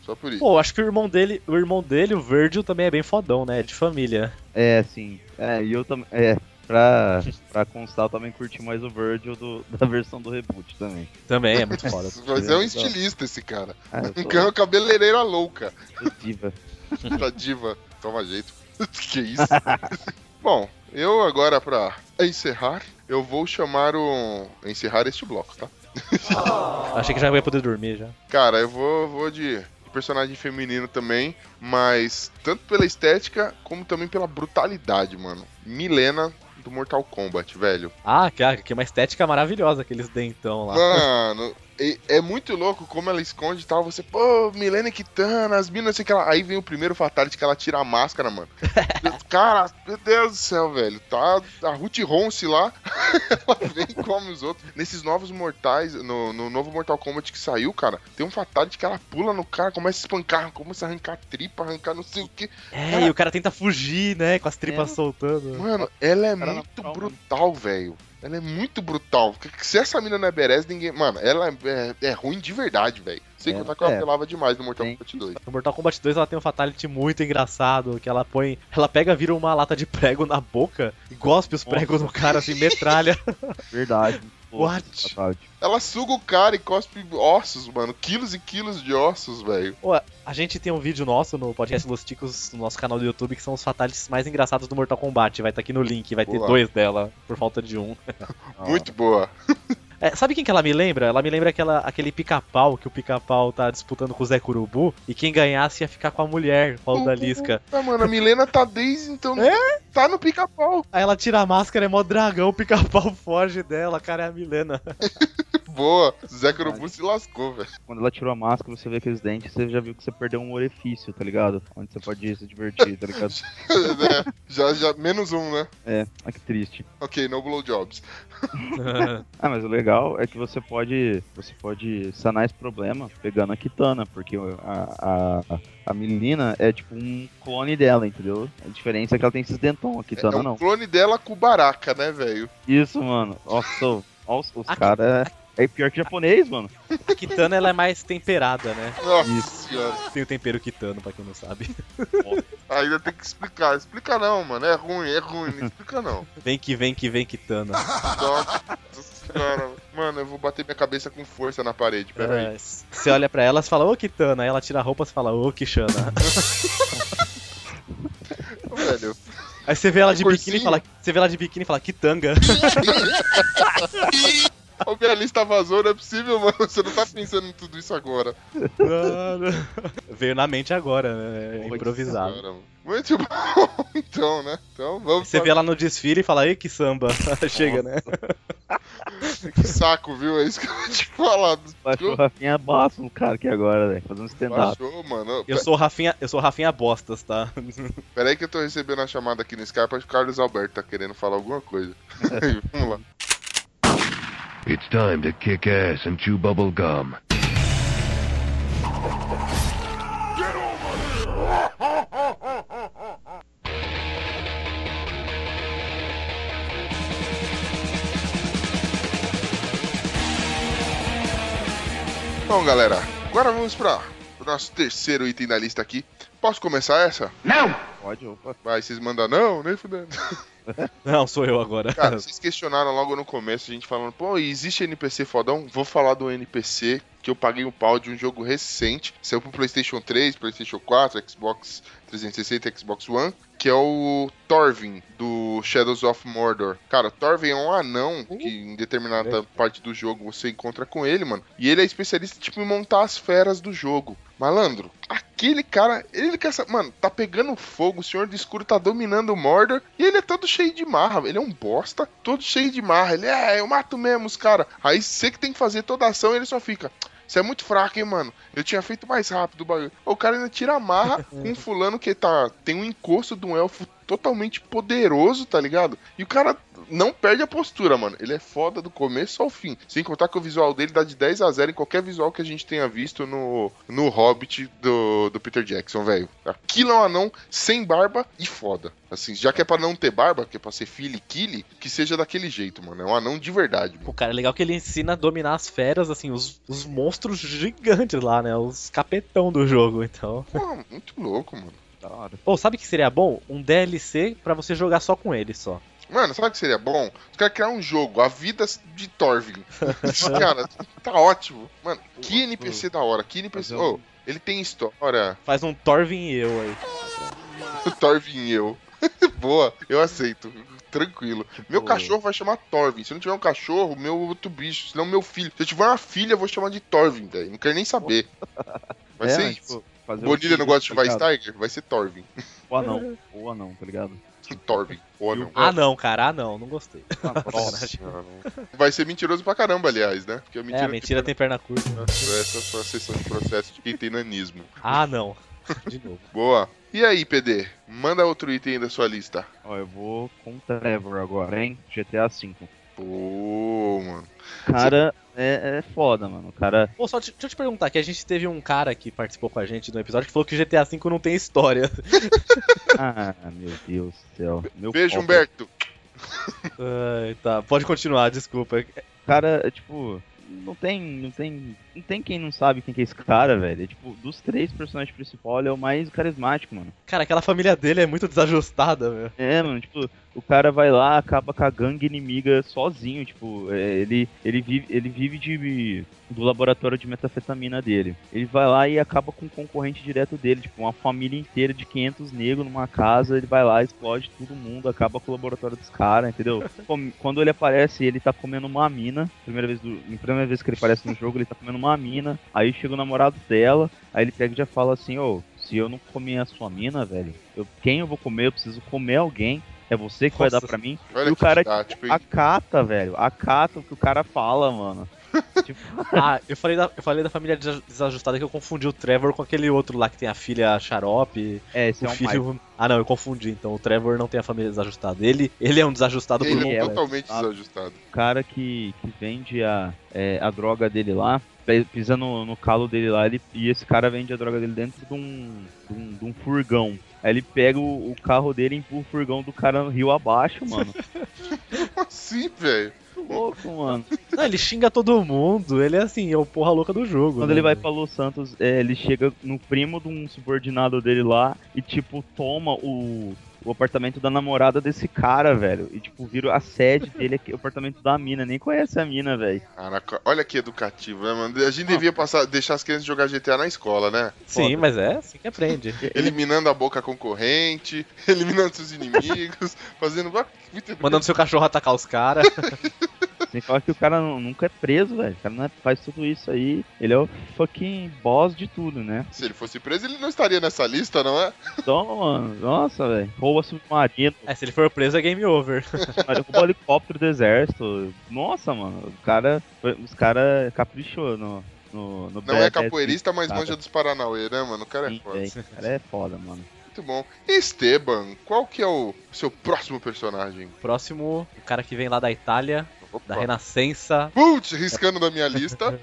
Só por isso. Pô, acho que o irmão dele, o irmão dele, o Virgil, também é bem fodão, né? De família. É, sim. É, e eu também. É, pra, pra constar, eu também curti mais o Virgil do, da versão do reboot também. Também é muito foda. Mas é um estilista esse cara. Ah, eu Um sou, cabeleireira louca. sou diva. Tá diva. Toma jeito. Que isso? Bom, eu agora pra encerrar, eu vou chamar o... Encerrar este bloco, tá? Achei que já ia poder dormir já. Cara, eu vou, vou de personagem feminino também, mas tanto pela estética, como também pela brutalidade, mano. Milena do Mortal Kombat, velho. Ah, que, que uma estética maravilhosa, aqueles dentão lá. Mano, é, é muito louco como ela esconde e tal. Você, pô, Milena Kitana, as minas, não sei o que ela. Aí vem o primeiro Fatality que ela tira a máscara, mano. Cara, meu Deus do céu, velho. Tá a Ruth Ronce lá. Ela vem e come os outros. Nesses novos mortais, no, no novo Mortal Kombat que saiu, cara, tem um Fatality que ela pula no cara, começa a espancar, começa a arrancar tripa, arrancar não sei o que. É, Cara, e o cara tenta fugir, né? Com as tripas É. soltando. Mano, ela é Cara, muito natural, brutal, velho. Ela é muito brutal. Porque se essa mina não é Beres, ninguém. Mano, ela é, é, é ruim de verdade, velho. Sem É, contar que ela é. apelava demais no Mortal Sim. Kombat dois. No Mortal Kombat dois ela tem um Fatality muito engraçado, que ela põe... Ela pega, vira uma lata de prego na boca e gospe os pregos no cara, assim, metralha. Verdade. Pô, What? Fatality. Ela suga o cara e cospe ossos, mano. Quilos e quilos de ossos, velho. Pô, a gente tem um vídeo nosso no podcast Los Ticos, no nosso canal do YouTube, que são os Fatalities mais engraçados do Mortal Kombat. Vai estar aqui no link, vai ter Boa. dois dela, por falta de um. Muito boa. É, sabe quem que ela me lembra? Ela me lembra aquela, aquele pica-pau, que o pica-pau tá disputando com o Zé Curubu, e quem ganhasse ia ficar com a mulher, com a Odalisca. Ah, mano, a Milena tá desde então. Tá no pica-pau. Aí ela tira a máscara, é mó dragão, o pica-pau foge dela, cara, é a Milena. Boa. Zé Kurubu se lascou, velho. Quando ela tirou a máscara, você vê aqueles dentes, você já viu que você perdeu um orifício, tá ligado? Onde você pode se divertir, tá ligado? É, já, já, menos um, né? É, ah, que triste. Ok, no blowjobs. Ah, mas o legal é que você pode, você pode sanar esse problema pegando a Kitana, porque a, a, a Milena é tipo um clone dela, entendeu? A diferença é que ela tem esses dentão, a É Kitana um não. clone dela com o Baraka, né, velho? Isso, mano. Nossa, os, os A- caras é, é pior que japonês, mano. A Kitana, ela é mais temperada, né? Nossa Isso. senhora. Tem o tempero Kitano, pra quem não sabe. Ainda tem que explicar. Explica não, mano. É ruim, é ruim. Não explica não. Vem que vem que vem Kitana. Nossa senhora. Mano, eu vou bater minha cabeça com força na parede. Pera aí. É, você olha pra ela e fala, ô Kitana. Aí ela tira a roupa e fala, ô Kishana. Velho. Aí você vê ela de Cursinho. biquíni e fala, você vê ela de biquíni e fala, Kitanga. O minha lista vazou, não é possível, mano. Você não tá pensando em tudo isso agora. Mano. Veio na mente agora, né? É improvisado. Cara, mano. Muito bom. Então, né? Então, vamos Você vê ela no desfile e fala, ei, que samba. Chega, né? Que saco, viu? É isso que eu vou te falar. Baixou o Rafinha Basso no cara aqui agora, velho. Fazendo stand-up. Baixou, mano. Eu sou o Rafinha, eu sou o Rafinha Bostas, tá? Pera aí que eu tô recebendo a chamada aqui no Skype. Acho que o Carlos Alberto tá querendo falar alguma coisa. Vamos lá. It's time to kick ass and chew bubble gum. Bom, galera, agora vamos para o nosso terceiro item da lista aqui. Posso começar essa? Pode, opa. Vai, vocês mandam não, nem fudendo. Não, sou eu agora. Cara, vocês questionaram logo no começo, a gente falando, pô, existe N P C fodão? Vou falar do N P C que eu paguei um pau de um jogo recente. Saiu pro PlayStation três, PlayStation quatro, Xbox trezentos e sessenta e Xbox One, que é o Thorvin, do Shadows of Mordor. Cara, Thorvin é um anão que em determinada parte do jogo você encontra com ele, mano. E ele é especialista, tipo, em montar as feras do jogo. Malandro, aquele cara, ele quer essa... Mano, tá pegando fogo, o Senhor do Escuro tá dominando o Mordor e ele é todo cheio de marra. Ele é um bosta, todo cheio de marra. Ele é, eu mato mesmo os caras. Aí você que tem que fazer toda a ação e ele só fica... Você é muito fraco, hein, mano? Eu tinha feito mais rápido o bagulho. O cara ainda tira a marra com um fulano que tá, tem um encosto de um elfo totalmente poderoso, tá ligado? E o cara não perde a postura, mano. Ele é foda do começo ao fim. Sem contar que o visual dele dá de dez a zero em qualquer visual que a gente tenha visto no, no Hobbit do, do Peter Jackson, velho. Aquilo é um anão sem barba e foda. Assim, já que é pra não ter barba, que é pra ser Philly Killy, que seja daquele jeito, mano. É um anão de verdade, mano. O cara, é legal que ele ensina a dominar as feras, assim, os, os monstros gigantes lá, né? Os capetão do jogo, então. Pô, muito louco, mano. Da hora. Pô, sabe o que seria bom? Um D L C pra você jogar só com ele, só. Mano, sabe o que seria bom? Os caras criar um jogo, a vida de Thorvin. Cara, tá ótimo. Mano, que N P C da hora, que N P C. Fazer um- Oh, ele tem história. Faz um Thorvin e eu aí. Thorvin e eu. Boa, eu aceito. Tranquilo. Tipo- Meu cachorro vai chamar Thorvin. Se eu não tiver um cachorro, meu outro bicho. Se não, meu filho. Se eu tiver uma filha, eu vou chamar de Thorvin, velho. Não quero nem saber. Vai É, ser mas, isso. tipo, fazer Bonilha um não gosta de tá ligado? Schweinsteiger? Vai ser Thorvin. O anão. O anão, tá ligado? Thorvin. Ou não. Ah, não, cara, ah, não, não gostei. Nossa, vai ser mentiroso pra caramba, aliás, né? Porque a É, mentira, a mentira tem perna curta. Essa foi a sessão de processo de quem tem nanismo. Ah, não. De novo. Boa. E aí, P D? Manda outro item aí da sua lista. Ó, eu vou com o Trevor agora, hein? G T A cinco. Pô, mano. Cara, é, é foda, mano. O cara. Pô, só te- deixa eu te perguntar, que a gente teve um cara que participou com a gente no episódio que falou que o G T A cinco não tem história. Ah, meu Deus do céu. Meu Beijo, pau. Humberto. Ai, tá, pode continuar, desculpa. Cara, é, tipo, não tem, não tem, não tem quem não sabe quem que é esse cara, velho. É, tipo, dos três personagens principais, ele é o mais carismático, mano. Cara, aquela família dele é muito desajustada, meu. É, mano, tipo, o cara vai lá, acaba com a gangue inimiga sozinho, tipo, é, ele, ele vive, ele vive de, do laboratório de metafetamina dele. Ele vai lá e acaba com um concorrente direto dele, tipo, uma família inteira de quinhentos negros numa casa, ele vai lá, explode todo mundo, acaba com o laboratório dos caras, entendeu? Com- Quando ele aparece, ele tá comendo uma mina, primeira vez, do, primeira vez que ele aparece no jogo, ele tá comendo uma mina, aí chega o namorado dela, aí ele pega e já fala assim, ô, se eu não comer a sua mina, velho, eu, quem eu vou comer? Eu preciso comer alguém. É você que vai Nossa. dar pra mim? Olha E o que cara didático, hein? acata, velho. Acata o que o cara fala, mano. Tipo, Ah, eu falei, da, eu falei da família desa- desajustada que eu confundi o Trevor com aquele outro lá que tem a filha xarope. é, esse O é um filho... Ah, não, eu confundi. Então o Trevor não tem a família desajustada. Ele, ele é um desajustado por Ele é é, totalmente é. desajustado. cara que, que vende a, é, a droga dele lá, pe- pisa no, no calo dele lá, ele, e esse cara vende a droga dele dentro de um, de um, de um furgão. Aí ele pega o, o carro dele e empurra o furgão do cara no rio abaixo, mano. Como assim, velho? Que louco, mano. Não, ele xinga todo mundo. Ele é assim, é o porra louca do jogo. Quando né, ele vai velho? pra Los Santos, é, ele chega no primo de um subordinado dele lá e, tipo, toma o, o apartamento da namorada desse cara, velho. E, tipo, vira a sede dele, aqui, o apartamento da mina. Nem conhece a mina, velho. Caraca, olha que educativo, né, mano? A gente devia passar, deixar as crianças jogar G T A na escola, né? Sim, Foda. mas é assim que aprende. Eliminando a boca concorrente, eliminando seus inimigos, fazendo. Mandando seu cachorro atacar os caras. Sem falar que o cara nu- nunca é preso, velho. O cara não é- faz tudo isso aí. Ele é o fucking boss de tudo, né? Se ele fosse preso, ele não estaria nessa lista, não é? Então, mano, nossa, velho. Rouba submarino, É, se ele for preso é game over. rouba helicóptero do exército. Nossa, mano. O cara. Os caras caprichou no. No, no Não é capoeirista, mas cara. manja dos Paranauê, né, mano? O cara é Sim, foda. véi. O cara é foda, mano. Muito bom. Esteban, qual que é o seu próximo personagem? Próximo, o cara que vem lá da Itália, Opa. da Renascença. Putz, riscando da minha lista.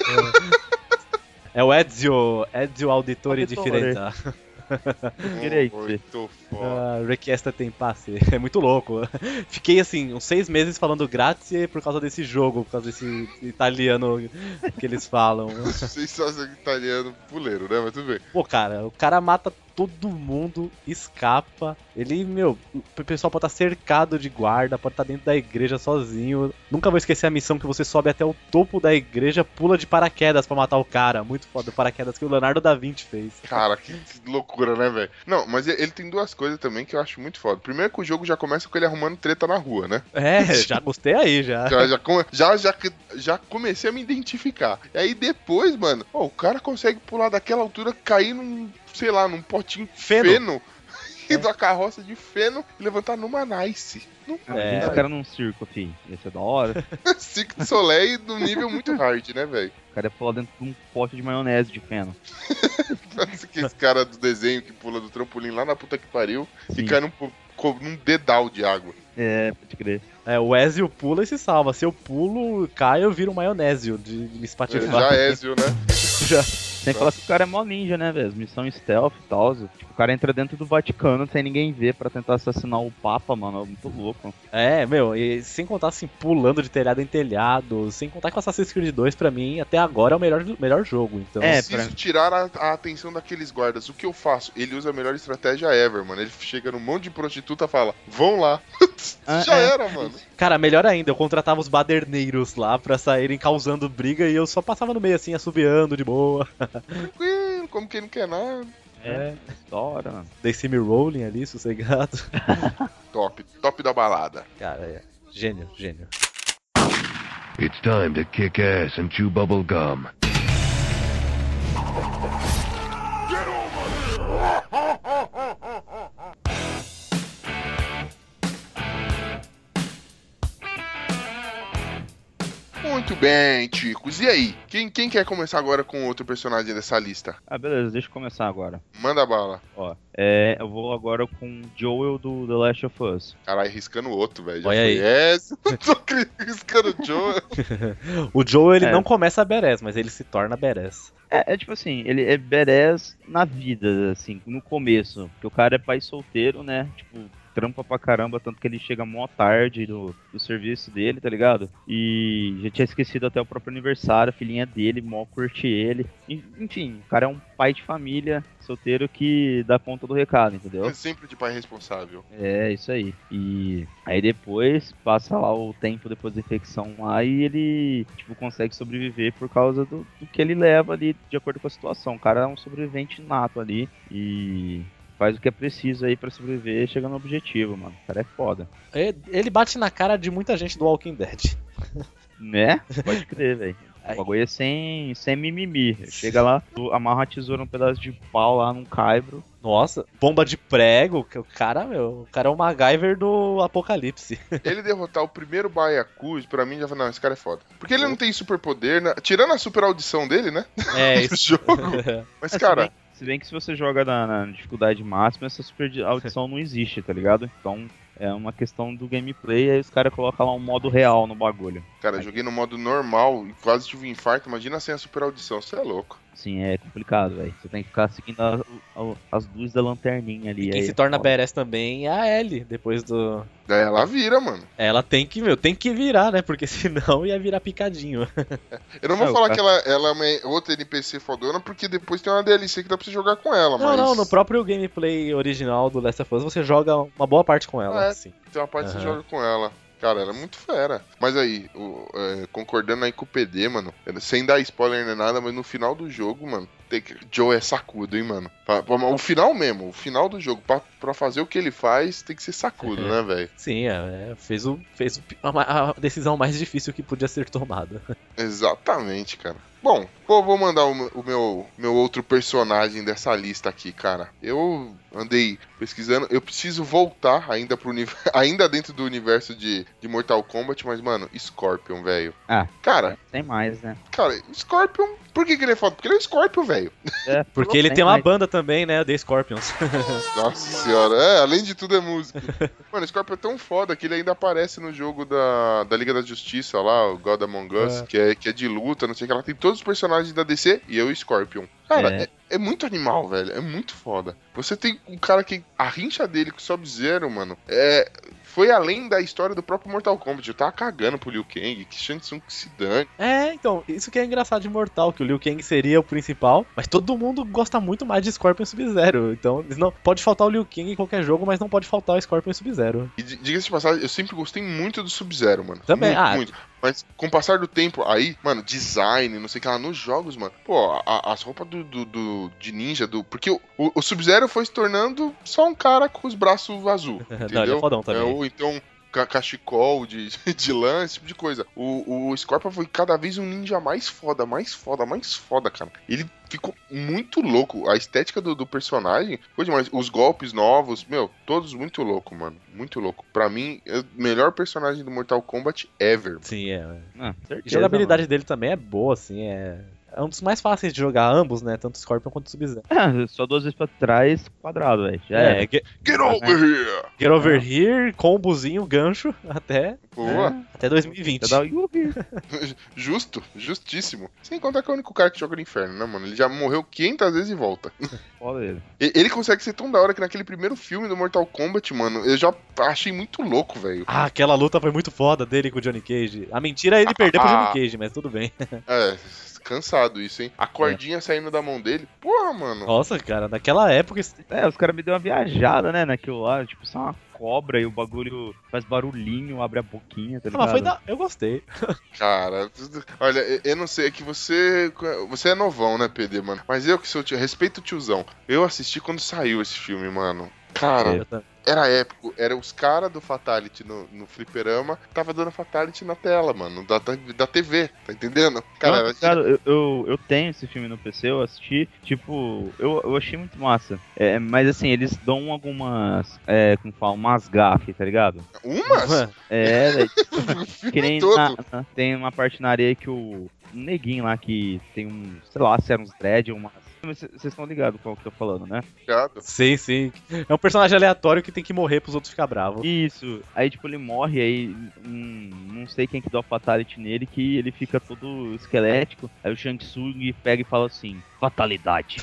É o Ezio, Ezio Auditore di Auditore. Firenze. Direito. Muito foda. Ah, Requiesta tem passe. É muito louco. Fiquei assim, uns seis meses falando grazie por causa desse jogo, por causa desse italiano que eles falam. Vocês só são italiano puleiro, né? Mas tudo bem. Pô, cara, o cara mata todo mundo, escapa. Ele, meu, o pessoal pode estar cercado de guarda, pode estar dentro da igreja sozinho. Nunca vou esquecer a missão que você sobe até o topo da igreja, pula de paraquedas pra matar o cara. Muito foda, o paraquedas que o Leonardo da Vinci fez. Cara, que que loucura, né, velho? Não, mas ele tem duas coisas também que eu acho muito foda. Primeiro que o jogo já começa com ele arrumando treta na rua, né? É, já gostei aí, já. Já, já, come- já, já, já comecei a me identificar. E aí depois, mano, ó, o cara consegue pular daquela altura, cair num, sei lá, num potinho Feno. feno, e da carroça de feno e levantar numa nice. Num É. Esse cara num circo, fi. Ia ser da hora. Cirque du Soleil num nível muito hard, né, velho? O cara ia pular dentro de um pote de maionese de feno. Parece que esse cara do desenho que pula do trampolim lá na puta que pariu e Sim. cai num po- co- num dedal de água. É, pode crer. É, o Ezio pula e se salva. Se eu pulo, cai, eu viro um maionésio de, de me espatifar. Já é Ezio, né? Já. Sem falar que o cara é mó ninja, né, velho? Missão stealth e tal. Tipo, o cara entra dentro do Vaticano sem ninguém ver pra tentar assassinar o Papa, mano. É muito louco. É, meu, e sem contar assim, pulando de telhado em telhado, sem contar que o Assassin's Creed dois, pra mim, até agora é o melhor, melhor jogo, então... É, Preciso pra- tirar a, a atenção daqueles guardas. O que eu faço? Ele usa a melhor estratégia ever, mano. Ele chega num monte de prostituta e fala, vão lá. Ah, Já é. era, mano. Cara, melhor ainda, eu contratava os baderneiros lá pra saírem causando briga e eu só passava no meio assim, assobiando de boa. Tranquilo, como quem não quer nada. É, história, mano. Desci me rolling ali, sossegado. Top, top da balada. Cara, é. Gênio, gênio. It's time to kick ass and chew bubble gum. Muito bem, Ticos. E aí? Quem, quem quer começar agora com outro personagem dessa lista? Ah, beleza, deixa eu começar agora. Manda bala. Ó, é, eu vou agora com Joel do The Last of Us. Caralho, riscando outro, velho. Já Olha foi aí. esse. Tô riscando o Joe. O Joe, ele É. não começa badass, mas ele se torna badass. É, é tipo assim, ele é badass na vida, assim, no começo. Porque o cara é pai solteiro, né? Tipo, trampa pra caramba, tanto que ele chega mó tarde do, do serviço dele, tá ligado? E já tinha esquecido até o próprio aniversário, a filhinha dele, mó curte ele. E, enfim, o cara é um pai de família, solteiro, que dá conta do recado, entendeu? É sempre de pai responsável. É, isso aí. E aí depois, passa lá o tempo depois da infecção lá e ele, tipo, consegue sobreviver por causa do, do que ele leva ali, de acordo com a situação. O cara é um sobrevivente nato ali e faz o que é preciso aí pra sobreviver e chegar no objetivo, mano. O cara é foda. Ele ele bate na cara de muita gente do Walking Dead. Né? Pode crer, velho. O bagulho é sem, sem mimimi. Chega lá, tu amarra a tesoura num pedaço de pau lá num caibro. Nossa, bomba de prego, que o cara, meu, o cara é o MacGyver do Apocalipse. Ele derrotar o primeiro Baiacu, pra mim já falei, não, esse cara é foda. Porque ele não tem superpoder, né? Tirando a super audição dele, né? É Do isso. jogo. Mas, É, cara, se, bem, se bem que se você joga na, na dificuldade máxima, essa super audição não existe, tá ligado? Então é uma questão do gameplay, aí os caras colocam lá um modo real no bagulho. cara, joguei no modo normal e quase tive um infarto. Imagina sem a super audição, você é louco. Sim, é complicado, velho. Você tem que ficar seguindo a- a- as luzes da lanterninha ali. E quem aí se é torna foda. badass também é a Ellie, depois do... Daí ela vira, mano. Ela tem que, meu, tem que virar, né? Porque senão ia virar picadinho. Eu não vou É, o falar cara- que ela, ela é uma outra N P C fodona, porque depois tem uma D L C que dá pra você jogar com ela, Não, mas... não, no próprio gameplay original do Last of Us você joga uma boa parte com ela, Ah, é? assim. Tem uma parte que você Aham. joga com ela. Cara, ela é muito fera. Mas aí, o- é, concordando aí com o P D, mano, sem dar spoiler nem nada, mas no final do jogo, mano, tem que... Joe é sacudo, hein, mano. Pra- pra- o final mesmo, o final do jogo, pra, pra fazer o que ele faz, tem que ser sacudo, né, velho? Sim, é, é, fez, o, fez o, a, a decisão mais difícil que podia ser tomada. Exatamente, cara. Bom, pô, vou mandar o, meu- o meu, meu outro personagem dessa lista aqui, cara. Eu andei pesquisando, eu preciso voltar ainda pro uni- ainda dentro do universo de, de Mortal Kombat, mas, mano, Scorpion, velho. Ah. Cara, Tem mais, né? cara, Scorpion, por que, que ele é foda? Porque ele é o Scorpion, velho. É, Porque ele tem uma banda também, né? The Scorpions. Nossa senhora, é, além de tudo é música. Mano, o Scorpion é tão foda que ele ainda aparece no jogo da, da Liga da Justiça lá, o God Among Us, É. que, é, que é de luta, não sei o que. Ela tem todos os personagens da D C e eu, o Scorpion. Cara, É. é. é muito animal, velho. É muito foda. Você tem um cara que. A rincha dele com o Sub-Zero, mano, é. Foi além da história do próprio Mortal Kombat. Eu tava cagando pro Liu Kang, que Shang Tsung que se dane. É, então, isso que é engraçado de Mortal, que o Liu Kang seria o principal, mas todo mundo gosta muito mais de Scorpion e Sub-Zero. Então, eles não pode faltar o Liu Kang em qualquer jogo, mas não pode faltar o Scorpion e Sub-Zero. E di- diga-se de passagem, eu sempre gostei muito do Sub-Zero, mano. Também, muito, ah. muito. Mas com o passar do tempo, aí, mano, design, não sei o que lá, nos jogos, mano, pô, a- as roupas do, do, do- de ninja, do. Porque o, o, o Sub-Zero foi se tornando só um cara com os braços azul. Entendeu? Não, ele é fodão também. ou então. ca- Cachecol de, de lã, esse tipo de coisa. O, o Scorpion foi cada vez um ninja mais foda, mais foda, mais foda, cara. Ele ficou muito louco. A estética do, do personagem foi demais. Os golpes novos, meu, todos muito louco, mano. Muito louco. Pra mim, é o melhor personagem do Mortal Kombat ever. Sim, é. Ah, certeza, E a jogabilidade dele também é boa, assim, é. é um dos mais fáceis de jogar, ambos, né? Tanto Scorpion quanto Sub-Zero. É, só duas vezes pra trás, quadrado, velho. Já É, é. get, Get over here! get over here, combozinho, gancho, até, Boa. até dois mil e vinte. Já dá o Yuhi. Justo, justíssimo. Sem contar que é o único cara que joga no inferno, né, mano? Ele já morreu quinhentas vezes e volta. Foda ele. E- Ele consegue ser tão da hora que naquele primeiro filme do Mortal Kombat, mano, eu já achei muito louco, velho. Ah, aquela luta foi muito foda dele com o Johnny Cage. A mentira é ele perder pro Ah. Johnny Cage, mas tudo bem. É, cansado isso, hein? A cordinha saindo da mão dele. Porra, mano. Nossa, cara, naquela época... isso- É, os caras me deu uma viajada, né, naquilo lá. Tipo, só uma cobra e o bagulho faz barulhinho, abre a boquinha, tá Ah, ligado? mas foi da... Eu gostei. Cara, olha, eu- eu não sei, é que você. Você é novão, né, P D, mano? Mas eu que sou tio, respeito o tiozão. Eu assisti quando saiu esse filme, mano. Cara, Eu também. era épico. Era os caras do Fatality no, no fliperama, tava dando Fatality na tela, mano, da, da T V, tá entendendo? Cara, Não, era- cara, eu, eu, eu tenho esse filme no P C, eu assisti, tipo, eu, eu achei muito massa. É, mas assim, eles dão algumas, é, como fala, umas gafes, tá ligado? umas? É, velho, O filme que nem todo. na- na- tem uma parte na areia que o um neguinho lá que tem um, sei lá, se era uns dread ou umas... Vocês estão ligados qual que eu tô falando, né? Obrigado. Sim, sim. É um personagem aleatório que tem que morrer pros outros ficar bravos. Isso, aí tipo ele morre, aí hum, não sei quem que dá o fatality nele, que ele fica todo esquelético, aí o Shang Tsung pega e fala assim, fatalidade.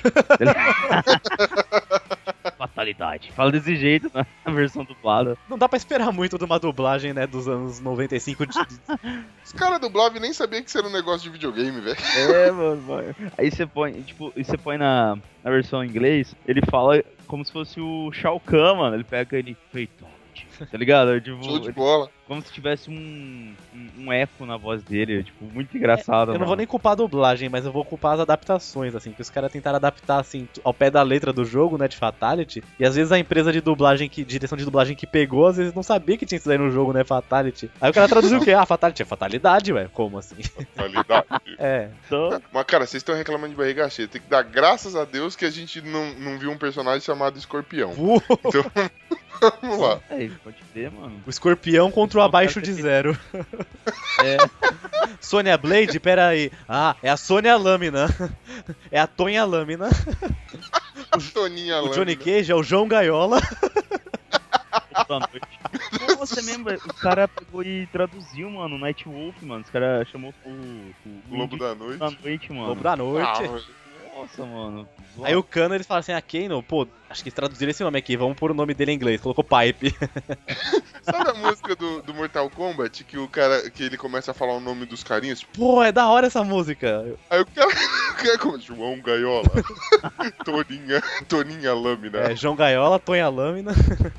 Fatalidade. Fala desse jeito na versão dublada. Não dá pra esperar muito de uma dublagem, né, dos anos noventa e cinco. De... Os caras dublavam e nem sabiam que isso era um negócio de videogame, velho. É, mano, mano. Aí você põe, tipo, e você põe na, na versão em inglês, ele fala como se fosse o Shao Kahn, mano. Ele pega ele, fatality, tá ligado? Tipo, Show de ele- bola. como se tivesse um, um, um eco na voz dele, tipo, muito engraçado. Eu não mano. vou nem culpar a dublagem, mas eu vou culpar as adaptações, assim, que os caras tentaram adaptar, assim, ao pé da letra do jogo, né, de Fatality, e às vezes a empresa de dublagem, que, direção de dublagem que pegou, às vezes não sabia que tinha isso daí no jogo, né, Fatality. Aí o cara traduziu o quê? Ah, Fatality é fatalidade, ué, como assim? Qualidade. É, Então, Mas, cara, vocês estão reclamando de barriga cheia. Tem que dar graças a Deus que a gente não, não viu um personagem chamado Escorpião. uh, Então, vamos lá. é, pode ter, mano. o escorpião contra o abaixo de zero. É, Sônia Blade, pera aí. Ah, é a Sônia Lâmina. É a Tonha Lâmina. Toninha O Johnny Lâmina. Cage é o João Gaiola. boa noite. Nossa, mesmo, o cara pegou e traduziu, mano, Night Wolf, mano. Os cara chamou o, o, Lobo da Noite. da noite, mano. Lobo da Ah, Noite. Nossa, mano. Aí o Kano, eles falam assim, ah, Kano, pô, acho que traduziram esse nome aqui, vamos pôr o nome dele em inglês. Colocou Pipe. sabe a música do, do Mortal Kombat que o cara que ele começa a falar o nome dos carinhos? Tipo, Pô, é da hora essa música. aí o cara, o cara começa, João Gaiola, Toninha, Toninha Lâmina, É, João Gaiola, Tonha Lâmina.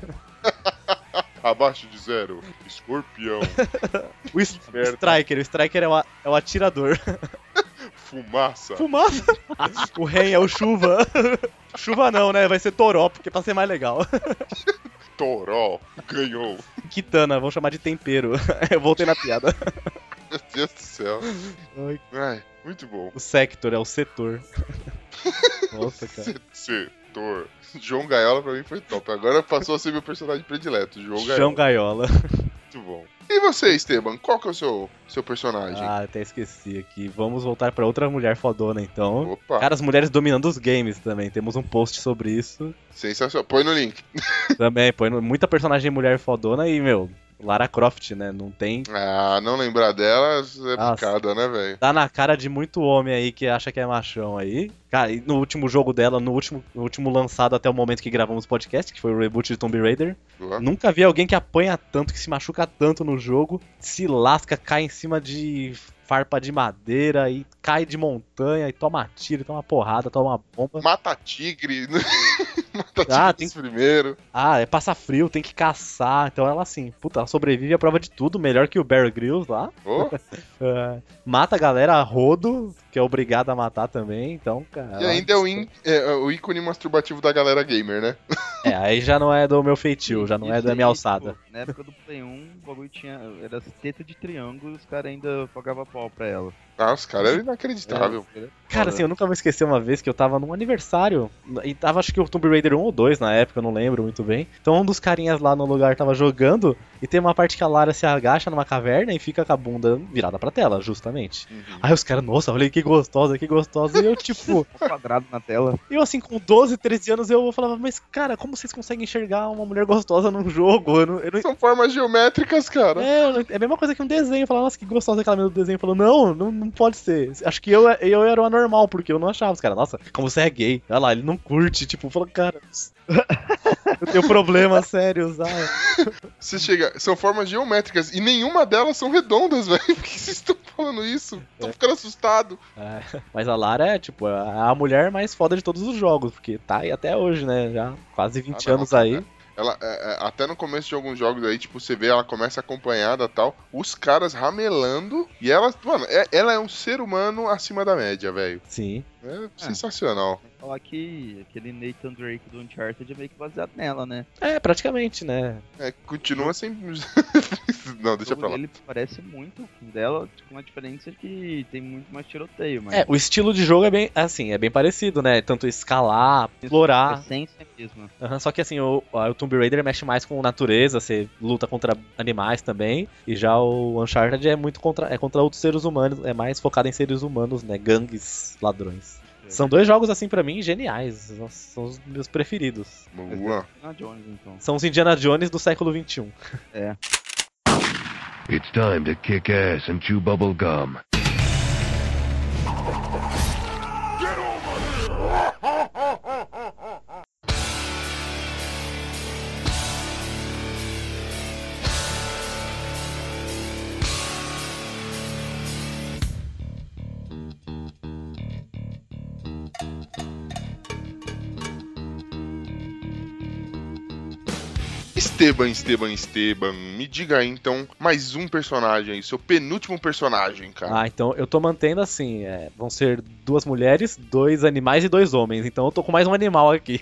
abaixo de zero, Escorpião, O S- Merda. Striker, o Striker é o, a- é o atirador. Fumaça, Fumaça. O Ren é o Chuva. Chuva não, né? Vai ser Toró, porque pra ser mais legal. Toró, ganhou. Kitana, vamos chamar de tempero. Eu voltei na piada. Meu Deus do céu. Ai, Ai, muito bom. O Sector é o setor. Nossa, cara. Setor. João Gaiola pra mim foi top. Agora passou a ser meu personagem predileto, João Gaiola. João Gaiola. Muito bom. E você, Esteban? Qual que é o seu, seu personagem? Ah, até esqueci aqui. Vamos voltar pra outra mulher fodona, então. Opa, Cara, as mulheres dominando os games também. Temos um post sobre isso. sensacional. Põe no link. Também, põe no- muita personagem mulher fodona e, meu, Lara Croft, né? Não tem. Ah, não lembrar dela é Nossa. picada, né, velho? Tá na cara de muito homem aí que acha que é machão aí. Cara, e no último jogo dela, no último, no último lançado até o momento que gravamos o podcast, que foi o reboot de Tomb Raider, Boa. nunca vi alguém que apanha tanto, que se machuca tanto no jogo, se lasca, cai em cima de farpa de madeira e cai de montanha e toma tiro, toma porrada, toma bomba. Mata tigre. Mata Ah, tigres primeiro. Ah, é passa frio, tem que caçar. Então ela assim, puta, ela sobrevive à prova de tudo, melhor que o Bear Grylls lá. Oh, É, mata a galera a rodo, que é obrigada a matar também, então, cara. e ainda é o, in- é o ícone masturbativo da galera gamer, né? É, aí já não é do meu feitio, já não é da minha Isso aí, alçada. pô, Na época do Play um, o bagulho tinha. Era teta de triângulo e os caras ainda pagavam pau pra ela. Ah, os caras eram inacreditável. É, Cara, assim, eu nunca vou esquecer uma vez que eu tava num aniversário, e tava acho que o Tomb Raider um ou dois na época, eu não lembro muito bem. Então um dos carinhas lá no lugar tava jogando, e tem uma parte que a Lara se agacha numa caverna e fica com a bunda virada pra tela, justamente. Uhum. Aí os caras, nossa, olha que gostosa, que gostosa. E eu, tipo, Um quadrado na tela. eu assim, com doze, treze anos, eu falava, mas cara, como vocês conseguem enxergar uma mulher gostosa num jogo? Eu não, eu não... São formas geométricas, cara. É, eu não- é a mesma coisa que um desenho. Eu falava, nossa, que gostosa aquela menina do desenho. Falou, não, não, não pode ser. Acho que eu, eu era o anormal, porque eu não achava. Os caras, nossa, como você é gay. Olha lá, ele não curte. Tipo, falou, cara, eu tenho problemas sérios. Ah. Você chega, são formas geométricas e nenhuma delas são redondas, velho. Por que vocês estão falando isso? Tô ficando assustado. É, mas a Lara é, tipo, a a mulher mais foda de todos os jogos, porque tá aí até hoje, né? Já quase vinte Ah, não, anos cara. aí. Ela, é, é, até no começo de alguns jogos aí, tipo, você vê ela começa acompanhada e tal, os caras ramelando, e ela, mano, é- ela é um ser humano acima da média, velho. Sim. É sensacional. Tem que falar que aquele Nathan Drake do Uncharted é meio que baseado nela, né? É, praticamente, né? É, continua sem. Não, deixa O pra lá. Ele parece muito com o dela, com a diferença que tem muito mais tiroteio, mas É, o estilo de jogo é bem, assim, é bem parecido, né? Tanto escalar, a explorar. essência é a mesma. Aham, só que assim, o, o Tomb Raider mexe mais com natureza, você luta contra animais também. E já o Uncharted é muito contra, é contra outros seres humanos, é mais focado em seres humanos, né? Gangues, ladrões. São dois jogos, assim, pra mim, geniais. São os meus preferidos. Boa. Ah, Jones, então. São os Indiana Jones do século vinte e um. É. It's time to kick ass and chew bubble gum. Esteban, Esteban, Esteban, me diga aí então mais um personagem aí, seu penúltimo personagem, cara. Ah, então eu tô mantendo assim, é, vão ser duas mulheres, dois animais e dois homens. Então eu tô com mais um animal aqui.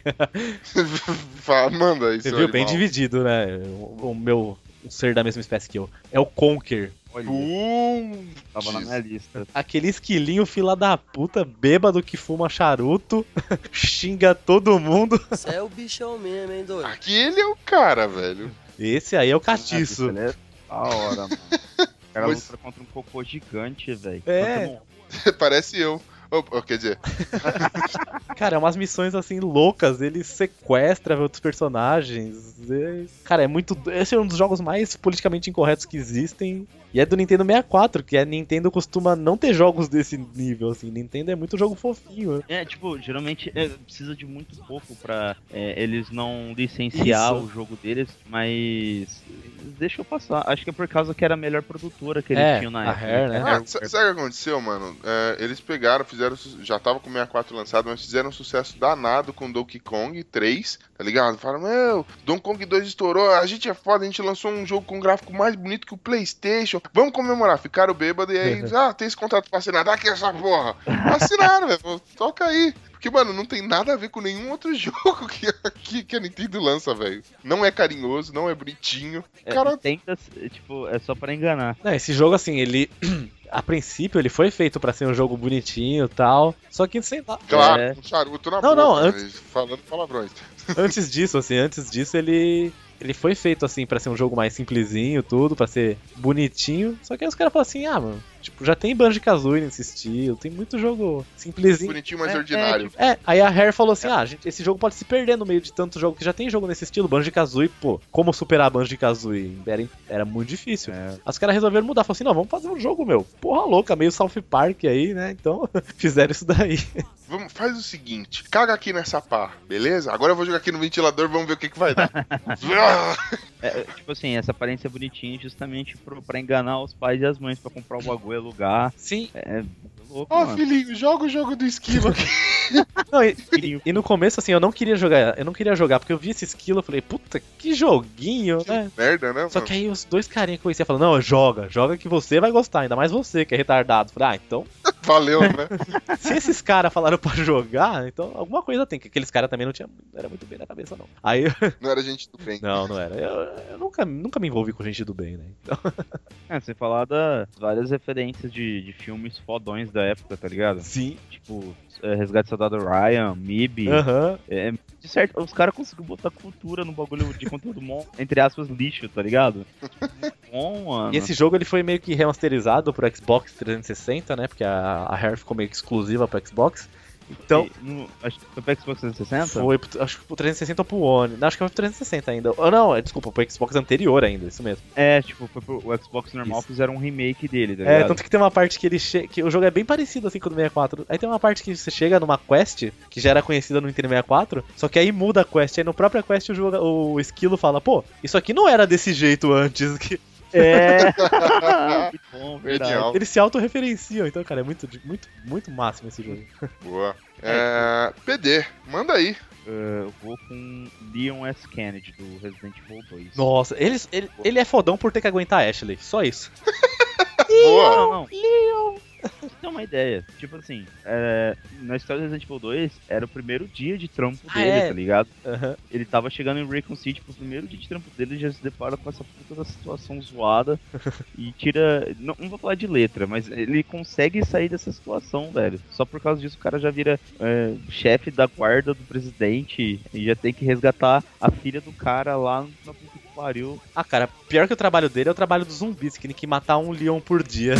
Fala, manda aí, Você seu viu? Bem animal. dividido, né? O, o meu um ser da mesma espécie que eu. É o Conker. Olha, Putz. tava na minha lista. Aquele esquilinho fila da puta, bêbado que fuma charuto, xinga todo mundo. Você é o bichão mesmo, hein, doido? Aquele é o cara, velho. Esse aí é o catiço. Ele é da hora, mano. O cara Mas- luta contra um cocô gigante, velho. É. Contra Parece eu. Oh, oh, quer dizer, Cara, é umas missões assim loucas, ele sequestra outros personagens. é- Cara, é muito. Esse é um dos jogos mais politicamente incorretos que existem. E é do Nintendo sessenta e quatro, que a Nintendo costuma não ter jogos desse nível, assim. Nintendo é muito jogo fofinho. né? É, tipo, geralmente é, precisa de muito pouco pra é, eles não licenciar Isso. o jogo deles, mas deixa eu passar. Acho que é por causa que era a melhor produtora que eles É, tinham na a época. Rare, né? A ah, Rare- sa- sabe o que aconteceu, mano? É, eles pegaram, fizeram, su- já tava com o sessenta e quatro lançado, mas fizeram um sucesso danado com Donkey Kong três, tá ligado? Falaram, meu, Donkey Kong dois estourou, a gente é foda, a gente lançou um jogo com um gráfico mais bonito que o PlayStation, vamos comemorar. Ficaram bêbados e aí, ah, tem esse contrato pra assinar, dá aqui essa porra. Assinaram, velho, toca aí. Porque, mano, não tem nada a ver com nenhum outro jogo que, que, que a Nintendo lança, velho. Não é carinhoso, não é bonitinho. É, Cara, tenta, tipo, é só pra enganar. Não, esse jogo, assim, ele. A princípio, ele foi feito pra ser um jogo bonitinho e tal. Só que, sei lá. claro, É. um charuto na Não, boca, não, né, antes- falando palavrões. Antes disso, assim, antes disso, ele. Ele foi feito assim pra ser um jogo mais simplesinho, tudo, pra ser bonitinho. Só que aí os caras falam assim, ah, mano, tipo, já tem Banjo-Kazooie nesse estilo, tem muito jogo simplesinho. Bonitinho, mas É, ordinário. É, aí a Rare falou assim, ah, gente, esse jogo pode se perder no meio de tanto jogo, que já tem jogo nesse estilo, Banjo-Kazooie, pô, como superar Banjo-Kazooie? Era, era muito difícil. É. Os caras resolveram mudar, falaram assim, não, vamos fazer um jogo, meu, porra louca, meio South Park aí, né, então fizeram isso daí. Vamos, faz o seguinte, caga aqui nessa pá, beleza? Agora eu vou jogar aqui no ventilador, vamos ver o que, que vai dar. É, tipo assim, essa aparência bonitinha justamente pro, pra enganar os pais e as mães pra comprar o bagulho e alugar. Sim. É louco, Ó, mano. filhinho, joga o jogo do esquilo aqui. Não, e, e- e no começo, assim, eu não queria jogar, eu não queria jogar, porque eu vi esse esquilo, eu falei, puta, que joguinho, né? Merda, né, Só mano? que aí os dois carinhas que eu conhecia falaram, não, joga, joga que você vai gostar, ainda mais você que é retardado. Eu falei, ah, então Valeu, né? Se esses caras falaram pra jogar, então alguma coisa tem, que aqueles caras também não tinham, não era muito bem na cabeça, não. Aí Não era gente do bem. Não, não era. Eu, eu nunca, nunca me envolvi com gente do bem, né? Então... É, sem falar das várias referências de, de filmes fodões da época, tá ligado? Sim. Tipo, é, Resgate do Soldado Ryan, M I B. Aham. É, de certo, os caras conseguiram botar cultura no bagulho de conteúdo, mon- entre aspas, lixo, tá ligado? Bom, mano. E esse jogo ele foi meio que remasterizado pro Xbox trezentos e sessenta, né? Porque a, a Rare ficou meio que exclusiva pro Xbox. Então, E no, acho que foi pro Xbox trezentos e sessenta? foi, pro- acho que pro trezentos e sessenta ou pro One. Não, acho que foi pro trezentos e sessenta ainda. Ou não, é, desculpa, pro Xbox anterior ainda, isso mesmo. É, tipo, foi pro o Xbox normal, Isso. fizeram um remake dele, tá É, ligado? tanto que tem uma parte que ele che... que o jogo é bem parecido assim com o do sessenta e quatro. Aí tem uma parte que você chega numa quest, que já era conhecida no Nintendo sessenta e quatro, só que aí muda a quest. Aí no próprio quest o, jogo... o esquilo fala, pô, isso aqui não era desse jeito antes. Que... É. Muito bom, verdade. Genial. Eles se autorreferenciam, então, cara, é muito, muito, muito máximo esse jogo. Boa. É, P D, manda aí. Uh, eu vou com Leon S. Kennedy, do Resident Evil dois. Nossa, eles, ele, ele é fodão por ter que aguentar a Ashley, só isso. Boa. Não, não. Leon! Pra você ter uma ideia, tipo assim, é, na história do Resident Evil dois, era o primeiro dia de trampo Ah, dele, é? tá ligado? Aham. Ele tava chegando em Raccoon City pro primeiro dia de trampo dele e já se depara com essa puta da situação zoada e tira. Não, não vou falar de letra, mas ele consegue sair dessa situação, velho. Só por causa disso o cara já vira é, chefe da guarda do presidente e já tem que resgatar a filha do cara lá na puta que pariu. Ah, cara, pior que o trabalho dele é o trabalho dos zumbis, que tem que matar um leão por dia.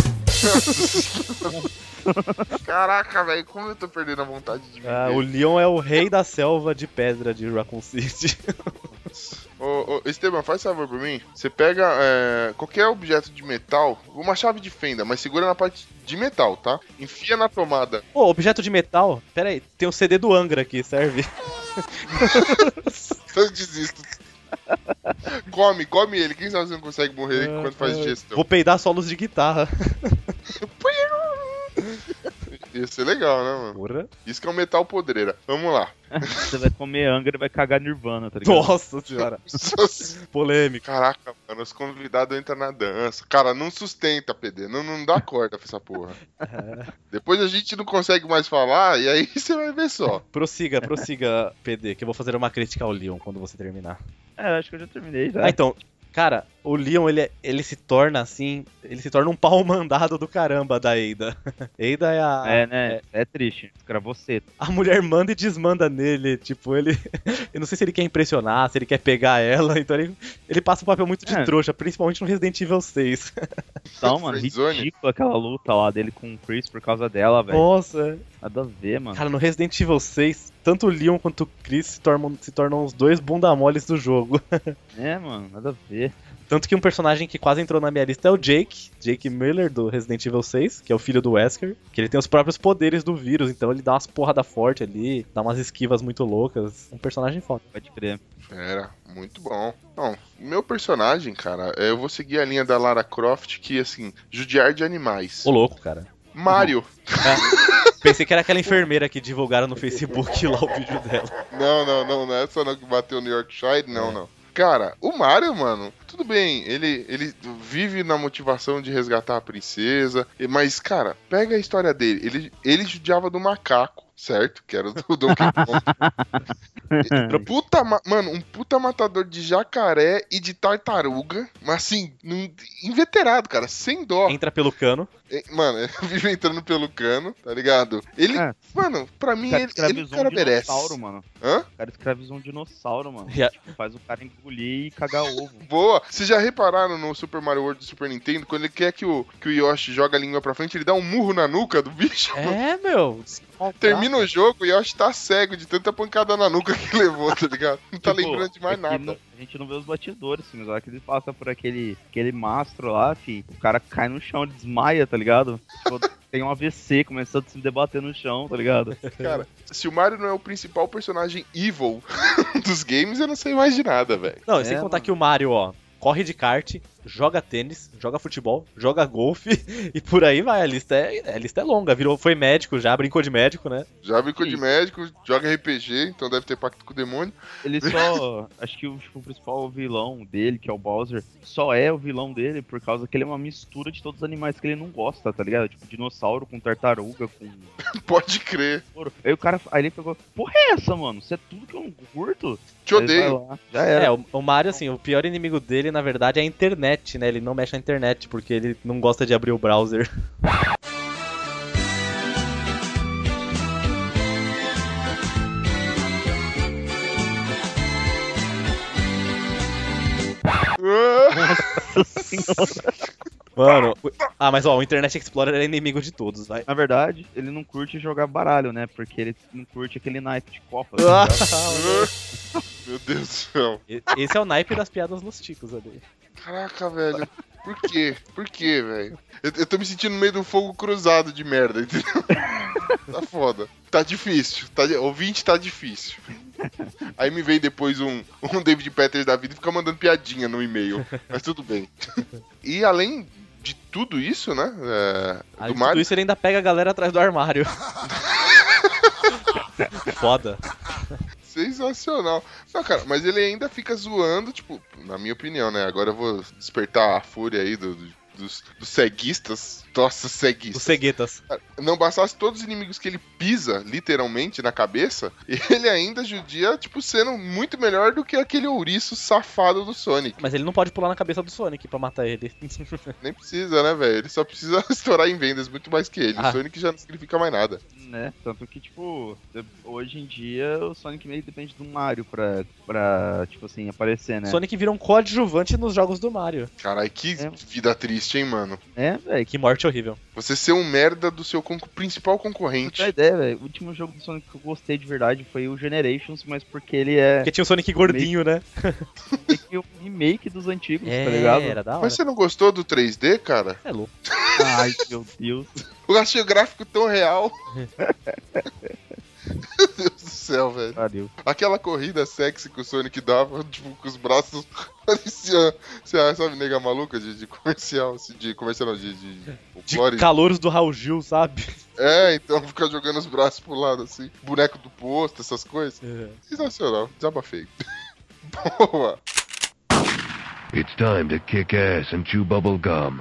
Caraca, velho, como eu tô perdendo a vontade de viver. Ah, o leão é o rei da selva de pedra de Raccoon City. Ô, ô, Esteban, faz favor pra mim. Você pega é, qualquer objeto de metal, uma chave de fenda, mas segura na parte de metal, tá? Enfia na tomada. Pô, objeto de metal? Pera aí, tem o C D do Angra aqui, serve? Eu desisto. Come, come ele. Quem sabe você não consegue morrer enquanto faz digestão. Vou peidar solos de guitarra. Ia ser legal, né, mano? Porra. Isso que é um metal podreira. Vamos lá. Você vai comer Angra e vai cagar Nirvana, tá ligado? Nossa senhora. Polêmica. Caraca, mano, os convidados entram na dança. Cara, não sustenta, P D. Não, não dá corda pra essa porra. Depois a gente não consegue mais falar e aí você vai ver só. Prossiga, prossiga, P D, que eu vou fazer uma crítica ao Leon quando você terminar. É, acho que eu já terminei já. Ah, então, cara, o Leon, ele, ele se torna assim, ele se torna um pau mandado do caramba da Ada. Ada é a... É, né? É, triste. Escravou cedo. A mulher manda e desmanda nele, tipo, ele... Eu não sei se ele quer impressionar, se ele quer pegar ela, então ele, ele passa um papel muito de É. trouxa, principalmente no Resident Evil seis. Então, mano, Friendzone. ridículo aquela luta lá dele com o Chris por causa dela, velho. Nossa. Nada a ver, mano. Cara, no Resident Evil seis, tanto o Leon quanto o Chris se tornam, se tornam os dois bunda moles do jogo. É, mano, nada a ver. Tanto que um personagem que quase entrou na minha lista é o Jake, Jake Miller, do Resident Evil seis, que é o filho do Wesker, que ele tem os próprios poderes do vírus, então ele dá umas porrada forte ali, dá umas esquivas muito loucas. Um personagem foda. Pode crer. Era, muito bom. Bom, meu personagem, cara, é, eu vou seguir a linha da Lara Croft, que, assim, judiar de animais. Ô louco, cara. Mario. É, pensei que era aquela enfermeira que divulgaram no Facebook lá o vídeo dela. Não, não, não, não é só não que bateu no Yorkshire, não, não. Cara, o Mario, mano, tudo bem, ele, ele vive na motivação de resgatar a princesa, mas, cara, pega a história dele, ele, ele judiava do macaco, certo? Que era o do Donkey Kong. Puta, ma- mano, um puta matador de jacaré e de tartaruga, mas assim, num- inveterado, cara, sem dó. Entra pelo cano. É, Mano, ele vive entrando pelo cano, tá ligado? Ele, É. mano, pra O mim, cara ele, ele escravizou o cara um merece. dinossauro, mano. Hã? O cara escravizou um dinossauro, mano. E a- Faz o cara engolir e cagar ovo. Boa! Vocês já repararam no Super Mario World do Super Nintendo, quando ele quer que o, que o Yoshi joga a língua pra frente, ele dá um murro na nuca do bicho? É, meu. Termina o jogo, o Yoshi tá cego de tanta pancada na nuca que levou, tá ligado? Não tá Tipo, lembrando de mais aqui nada. não- a gente não vê os batidores, assim, mas a hora que ele passa por aquele, aquele mastro lá, fi, o cara cai no chão, ele desmaia, tá ligado? Tipo, tem um A V C começando a se debater no chão, tá ligado? Cara, se o Mario não é o principal personagem evil dos games, eu não sei mais de nada, velho. Não, e sem É, contar mano. que o Mario, ó, corre de kart, joga tênis, joga futebol, joga golfe e por aí vai. A lista é, a lista é longa. Virou, foi médico já, brincou de médico, né? Já brincou de Sim. médico, joga R P G, então deve ter pacto com o demônio. Ele só. Acho que o, tipo, o principal vilão dele, que é o Bowser, só é o vilão dele por causa que ele é uma mistura de todos os animais que ele não gosta, tá ligado? Tipo, dinossauro com tartaruga, com. Pode crer. Ouro. Aí o cara. Aí ele pegou. Porra, é essa, mano? Isso é tudo que eu não curto? Te Aí ele odeio. vai lá, já era. É, o, o Mario, assim, o pior inimigo dele, na verdade, é a internet, né? Ele não mexe na internet, porque ele não gosta de abrir o browser. Nossa senhora. Mano, o- ah, mas ó, o Internet Explorer é inimigo de todos, vai. Na verdade, ele não curte jogar baralho, né? Porque ele não curte aquele naipe de copa. tá ligado? Meu Deus do céu. E- Esse é o naipe das piadas nos ticos ali. Caraca, velho. Por quê? Por quê, velho? Eu, eu tô me sentindo no meio do fogo cruzado de merda, entendeu? Tá foda. Tá difícil. Tá, ouvinte tá difícil. Aí me vem depois um, um David Peters da vida e fica mandando piadinha no e-mail. Mas tudo bem. E além de tudo isso, né? É, Aí do tudo Mario. isso ele ainda pega a galera atrás do armário. Foda. Sensacional. Não, cara, mas ele ainda fica zoando, tipo, na minha opinião, né? Agora eu vou despertar a fúria aí do- do- dos, dos ceguistas. Nossa, ceguistas. Os ceguetas. Não bastasse todos os inimigos que ele pisa, literalmente, na cabeça, ele ainda judia, tipo, sendo muito melhor do que aquele ouriço safado do Sonic. Mas ele não pode pular na cabeça do Sonic pra matar ele. Nem precisa, né, velho? Ele só precisa estourar em vendas muito mais que ele. Ah. O Sonic já não significa mais nada. Né? Tanto que, tipo, hoje em dia o Sonic meio que depende do Mario pra, pra tipo assim, aparecer, né? Sonic vira um coadjuvante nos jogos do Mario. Caralho, que É. vida triste, hein, mano? É, velho. Que morte horrível. Você ser um merda do seu con- principal Pra concorrente. ter ideia, velho. O último jogo do Sonic que eu gostei de verdade foi o Generations, mas porque ele é Porque tinha o Sonic gordinho, né? meio que um remake dos antigos, É, tá ligado? era da hora. Mas você não gostou do três D, cara? É louco. Ai, meu Deus. Eu achei o gráfico tão real. Meu Deus do céu, velho. Pariu. Aquela corrida sexy que o Sonic dava, tipo, com os braços parecia, sei sabe, nega maluca de, de comercial, assim, de comercial não, de, de, De folclore. calouros do Raul Gil, sabe? É, então fica jogando os braços pro lado, assim, boneco do posto, essas coisas. Sensacional, desabafei. Boa. It's time to kick ass and chew bubble gum.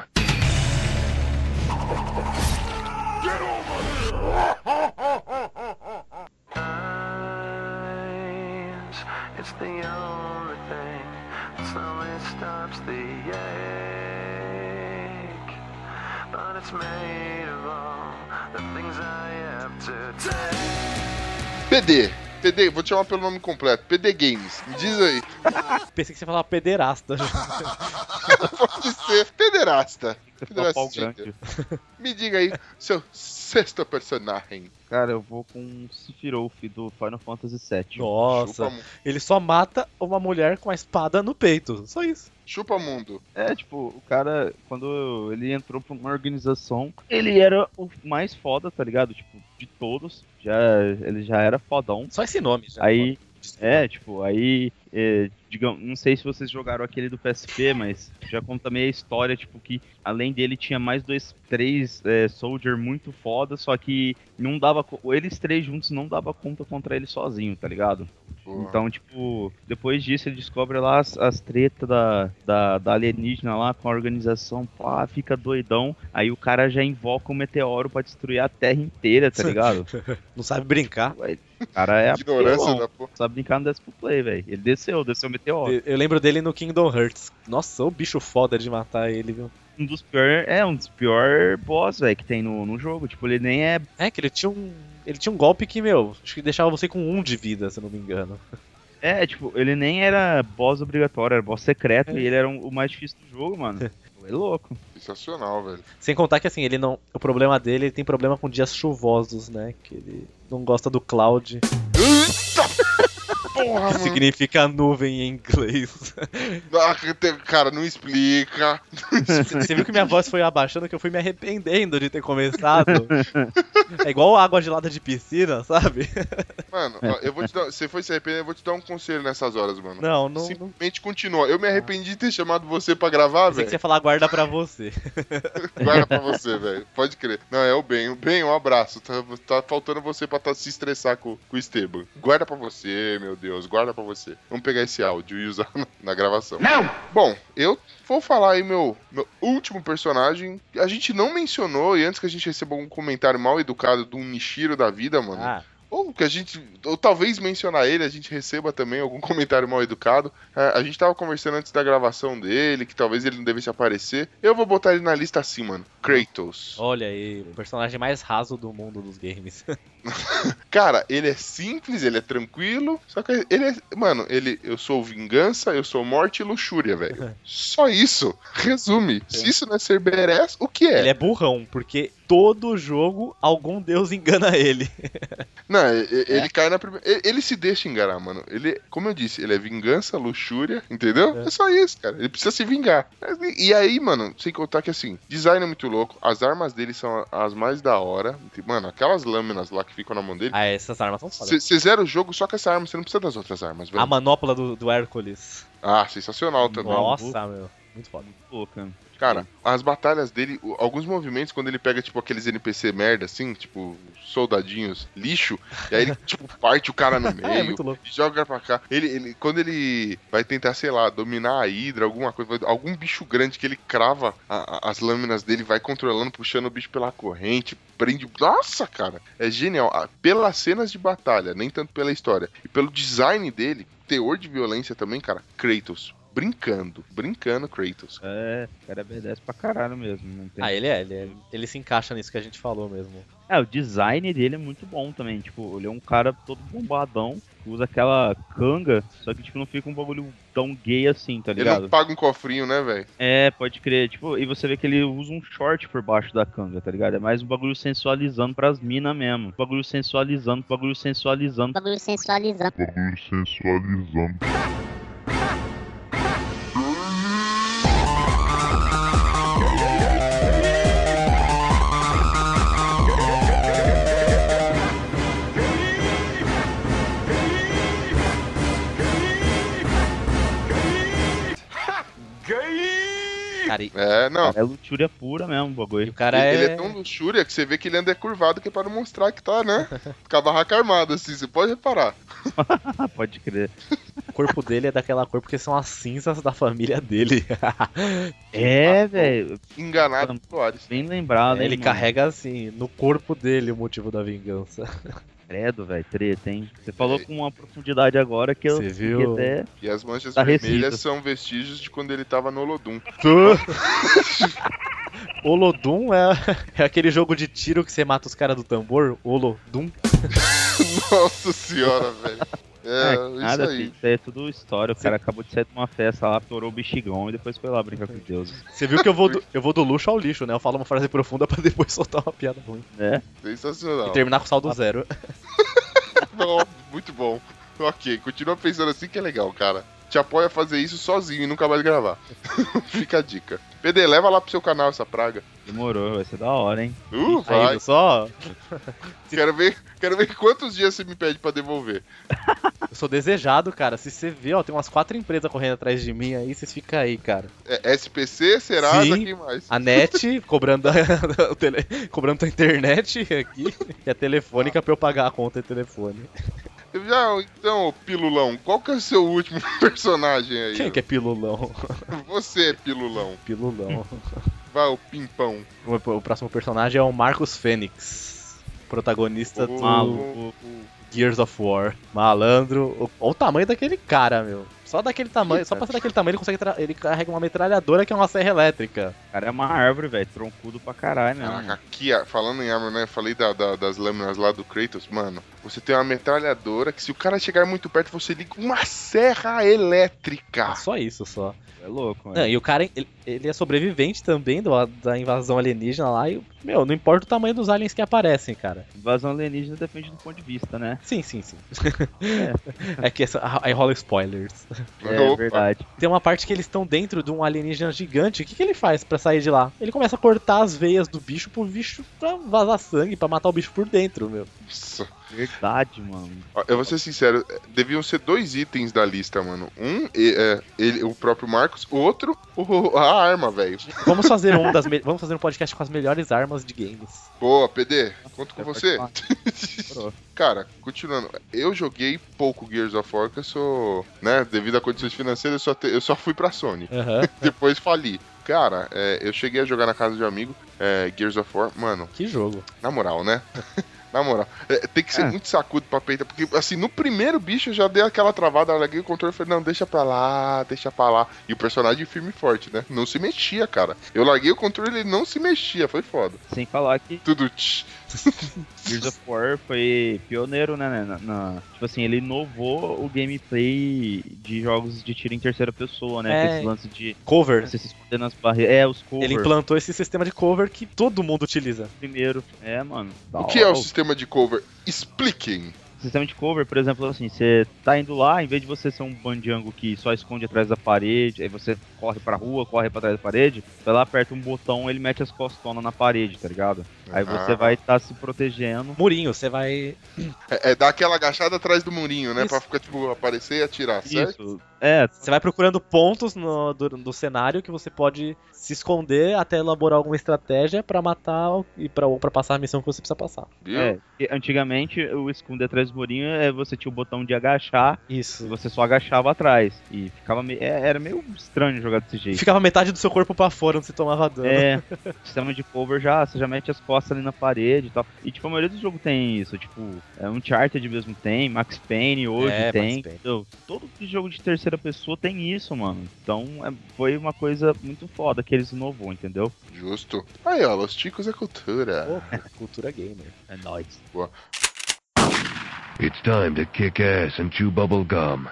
It's the only thing that slowly stops the ache. But it's made of all the things I have to take. P D. P D, vou te chamar pelo nome completo. P D Games. Me diz aí. Pensei que você ia falar pederasta. Pode ser pederasta. Você falou pau Pederastinha. grande. Me diga aí, seu sexto personagem. Cara, eu vou com o Sephiroth do Final Fantasy sete. Nossa. Chupa, Ele só mata uma mulher com a espada no peito. Só isso. chupa mundo. É, tipo, o cara, quando ele entrou pra uma organização, ele era o mais foda, tá ligado? Tipo, de todos. Já, ele já era fodão. Só esse nome. Já. Aí, é, tipo, aí, é, digamos, não sei se vocês jogaram aquele do P S P, mas já conta meio a história, tipo, que além dele tinha mais dois, três é, Soldier muito foda, só que não dava, co- eles três juntos não dava conta contra ele sozinho, tá ligado? Boa. Então, tipo, depois disso ele descobre lá as, as tretas da, da, da alienígena lá com a organização, pá, fica doidão, aí o cara já invoca um meteoro pra destruir a Terra inteira, tá ligado? Não sabe brincar. Ué, o cara é Ignorância apelão. da porra. Sabe brincar no desce pro play, velho. Ele desceu, desceu o meteoro. Eu, eu lembro dele no Kingdom Hearts. Nossa, o bicho foda de matar ele, viu? Um dos piores, é, um dos piores boss, velho, que tem no, no jogo. Tipo, ele nem é. É que ele tinha um. Ele tinha um golpe que, meu, acho que deixava você com um de vida, se eu não me engano. É, tipo, ele nem era boss obrigatório, era boss secreto É. e ele era um- o mais difícil do jogo, mano. É louco. Sensacional, velho. Sem contar que assim, ele não. O problema dele, ele tem problema com dias chuvosos, né? Que ele não gosta do cloud. Eita Porra, Que mano. significa nuvem em inglês. Ah, te- Cara, não explica. Você viu que minha voz foi abaixando, que eu fui me arrependendo de ter começado. É igual água gelada de piscina, sabe? Mano, ó, eu vou te dar. Se você for se arrepender, eu vou te dar um conselho nessas horas, mano. Não, não. não... Simplesmente continua. Eu me arrependi de ter chamado você pra gravar, Pensei que velho. você ia falar guarda pra você. Guarda pra você, velho. Pode crer. Não, é o bem. O bem, um abraço. Tá, tá faltando você pra tá, se estressar com, com o Esteban. Guarda pra você, meu Deus. Guarda pra você. Vamos pegar esse áudio e usar na, na gravação. Não! Bom, eu vou falar aí meu, meu último personagem. A gente não mencionou, e antes que a gente receba um comentário mal educado de um Nishiro da vida, mano. Ah, Ou que a gente. Ou talvez mencionar ele, a gente receba também algum comentário mal educado. É, a gente tava conversando antes da gravação dele, que talvez ele não devesse aparecer. Eu vou botar ele na lista assim, mano. Kratos. olha aí, o personagem mais raso do mundo dos games. Cara, ele é simples, ele é tranquilo. Só que ele é. Mano, ele. Eu sou vingança, eu sou morte e luxúria, velho. Só isso. Resume. Se isso não é ser badass, o que é? Ele é burrão, porque todo jogo algum deus engana ele. Não, ele, ele cai na primeira. Ele, ele se deixa enganar, mano. Ele, como eu disse, ele é vingança, luxúria, entendeu? É, é só isso, cara. Ele precisa se vingar. E aí, mano, sem contar que assim, design é muito louco. As armas dele são as mais da hora. Mano, aquelas lâminas lá que ficam na mão dele. Ah, essas armas são foda. Você zera o jogo só com essa arma, você não precisa das outras armas, velho. A manopla do, do Hércules. Ah, sensacional também. Nossa, meu. Muito foda. Louca. Cara, as batalhas dele, o- alguns movimentos, quando ele pega, tipo, aqueles N P C merda, assim, tipo, soldadinhos lixo, e aí ele, tipo, parte o cara no meio, É, muito louco. e joga pra cá. Ele, ele, quando ele vai tentar, sei lá, dominar a Hydra, alguma coisa, algum bicho grande que ele crava a- a- as lâminas dele, vai controlando, puxando o bicho pela corrente, prende... Nossa, cara, é genial. Ah, pelas cenas de batalha, nem tanto pela história, e pelo design dele, teor de violência também, cara, Kratos. Brincando, brincando Kratos. É, o cara é badass pra caralho mesmo. Não tem... Ah, ele é, ele é. Ele se encaixa nisso que a gente falou mesmo. É, o design dele é muito bom também. Tipo, ele é um cara todo bombadão, usa aquela canga, só que tipo, não fica um bagulho tão gay assim, tá Ele ligado? não paga um cofrinho, né, velho? É, pode crer. Tipo, e você vê que ele usa um short por baixo da canga, tá ligado? É mais um bagulho sensualizando pras minas mesmo. Bagulho sensualizando, bagulho sensualizando. Bagulho sensualizando. Cara, e, É, não. É luxúria pura mesmo o e bagulho. o cara ele, é. ele é tão luxúria que você vê que ele anda curvado que é para não mostrar que tá, né? Com a barraca armada, assim, você pode reparar. Pode crer. O corpo dele é daquela cor porque são as cinzas da família dele. É, velho. Enganado por Ares. Bem lembrado, hein, Ele mano? carrega assim, no corpo dele o motivo da vingança. Credo, velho, treta, hein? Você falou com uma profundidade agora que eu Você fiquei viu? até... E as manchas Tá vermelhas reciso. são vestígios de quando ele tava no Olodum. Olodum é, é aquele jogo de tiro que você mata os caras do tambor. Olodum. Nossa senhora, velho. É, É, isso nada, aí. filho, isso aí é tudo história. O cara acabou de sair de uma festa lá, torou o bexigão e depois foi lá brincar com Deus. Você viu que eu vou, do, eu vou do luxo ao lixo, né? Eu falo uma frase profunda pra depois soltar uma piada ruim. Né? Sensacional. E terminar com saldo zero. Não, muito bom. Ok, continua pensando assim que é legal, cara. Te apoia a fazer isso sozinho e nunca mais gravar. Fica a dica. P D, leva lá pro seu canal essa praga. Demorou, vai ser da hora, hein? Uh, Aí, vai. viu só? Quero ver, quero ver quantos dias você me pede pra devolver. Eu sou desejado, cara. Se você vê, ó, tem umas quatro empresas correndo atrás de mim aí, vocês ficam aí, cara. É S P C, Serasa, Sim. quem mais? A net cobrando a, o tele, cobrando tua internet aqui e a telefônica pra eu pagar a conta de telefone. Eu Já, então, ô Pilulão, qual que é o seu último personagem aí? Quem que é pilulão? Você, Pilulão. Pilulão. Vai, o Pimpão. O, o próximo personagem é o Marcus Fênix, protagonista do Maluco. Gears of War. Malandro. O- Olha o tamanho daquele cara, meu. Só daquele tamanho, só pra ser daquele tamanho ele consegue tra- ele carrega uma metralhadora que é uma serra elétrica. O cara é uma árvore, velho, troncudo pra caralho mesmo. Caraca, aqui, ah, falando em arma, né? Eu falei da- da- das lâminas lá do Kratos, mano. Você tem uma metralhadora que se o cara chegar muito perto, você liga uma serra elétrica. É só isso, só. É louco, Não, mano. e o cara, ele, ele é sobrevivente também do, da invasão alienígena lá e, meu, não importa o tamanho dos aliens que aparecem, cara. Invasão alienígena depende do ponto de vista, né? Sim, sim, sim. É, que essa, aí rola spoilers. É Opa. verdade. Tem uma parte que eles estão dentro de um alienígena gigante. O que, que ele faz pra sair de lá? Ele começa a cortar as veias do bicho pro bicho pra vazar sangue, pra matar o bicho por dentro, meu. Nossa. Verdade, mano. Ó, eu vou ser sincero, deviam ser dois itens da lista, mano. Um, e- é, ele, o próprio Marcos, o outro, o- a arma, velho. Vamos fazer um das me- vamos fazer um podcast com as melhores armas de games. Boa, P D, conto com É, você. pode Demorou. Cara, continuando, eu joguei pouco Gears of War, que eu sou, né, devido a condições financeiras, eu só, te- eu só fui pra Sony. Aham. Depois fali. Cara, é, eu cheguei a jogar na casa de um amigo, é, Gears of War, mano, Que jogo. na moral, né? Na moral, é, tem que ser É. muito sacudo pra peitar, porque assim, no primeiro bicho eu já dei aquela travada, eu larguei o controle e falei, não, deixa pra lá, deixa pra lá. E o personagem firme e forte, né? Não se mexia, cara. Eu larguei o controle e ele não se mexia, foi foda. Sem falar que Tudo tch. Gears of War foi pioneiro, né? Na, na- tipo assim, ele inovou o gameplay de jogos de tiro em terceira pessoa, né? É. Com esse lance de Cover. você se esconder nas barreiras. É, os cover. Ele implantou esse sistema de cover que todo mundo utiliza. primeiro. É, mano. O que é o sistema de cover? Expliquem. Sistema de cover, por exemplo, assim, você tá indo lá, em vez de você ser um bandiango que só esconde atrás da parede, aí você corre pra rua, corre pra trás da parede, vai lá, aperta um botão, ele mete as costonas na parede, tá ligado? Aí você Ah. vai estar se protegendo. Murinho, você vai. É, é dar aquela agachada atrás do murinho, né? Isso. Pra ficar, tipo, aparecer e atirar, certo? Isso. É, Você vai procurando pontos no, do, do cenário que você pode se esconder até elaborar alguma estratégia pra matar o- e pra, ou pra passar a missão que você precisa passar. Viu? é. E antigamente o esconder atrás do murinho é você tinha o botão de agachar e Isso. você só agachava atrás. E ficava meio. é, era meio estranho jogar desse jeito. Ficava metade do seu corpo pra fora onde você tomava dano. É, sistema de cover já, você já mete as costas ali na parede e tal. E tipo, a maioria dos jogos tem isso, tipo, é, Uncharted mesmo tem, Max Payne hoje É, tem. Max Payne. Entendeu? Todo jogo de terceira pessoa tem isso, mano. Então é, foi uma coisa muito foda que eles inovou, entendeu? Justo. Aí, ó, Los Ticos é cultura. Pô, cultura gamer. É nóis. It's time to kick ass and chew bubble gum.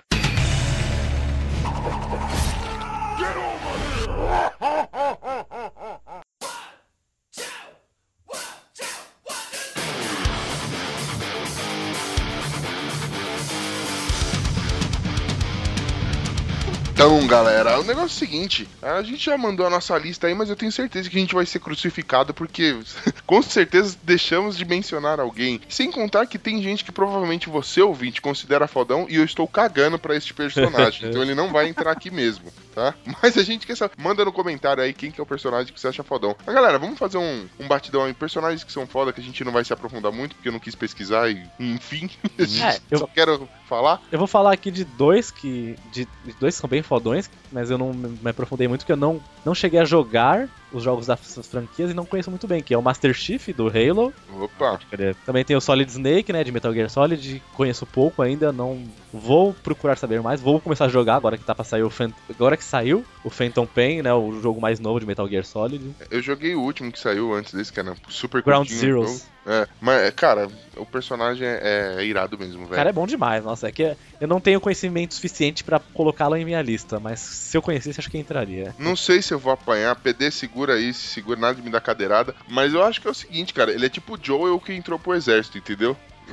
Então, galera, o negócio é o seguinte, a gente já mandou a nossa lista aí, mas eu tenho certeza que a gente vai ser crucificado porque com certeza deixamos de mencionar alguém. Sem contar que tem gente que provavelmente você, ouvinte, considera fodão e eu estou cagando pra este personagem, então ele não vai entrar aqui mesmo, tá? Mas a gente quer saber, manda no comentário aí quem que é o personagem que você acha fodão. Mas galera, vamos fazer um, um batidão aí, personagens que são foda, que a gente não vai se aprofundar muito, porque eu não quis pesquisar e, enfim, a gente É, eu- só quero falar. Eu vou falar aqui de dois que. De, de dois que são bem fodões, mas eu não me me aprofundei muito, porque eu não, não cheguei a jogar os jogos das franquias e não conheço muito bem, que é o Master Chief do Halo. Opa, Pode crer. Também tem o Solid Snake, né, de Metal Gear Solid, conheço pouco ainda, não vou procurar saber mais, vou começar a jogar agora que tá pra sair o Phan- agora que saiu o Phantom Pain, né, o jogo mais novo de Metal Gear Solid. eu joguei o último que saiu antes desse, que era super Ground curtinho o Zeroes. jogo. É, mas, cara, o personagem é, é irado mesmo, O velho. cara é bom demais, nossa, é que eu não tenho conhecimento suficiente pra colocá-lo em minha lista, mas se eu conhecesse acho que entraria. Não sei se eu vou apanhar, P D segura aí, se segura nada de me dar cadeirada, mas eu acho que é o seguinte, cara, ele é tipo o Joel que entrou pro exército, entendeu?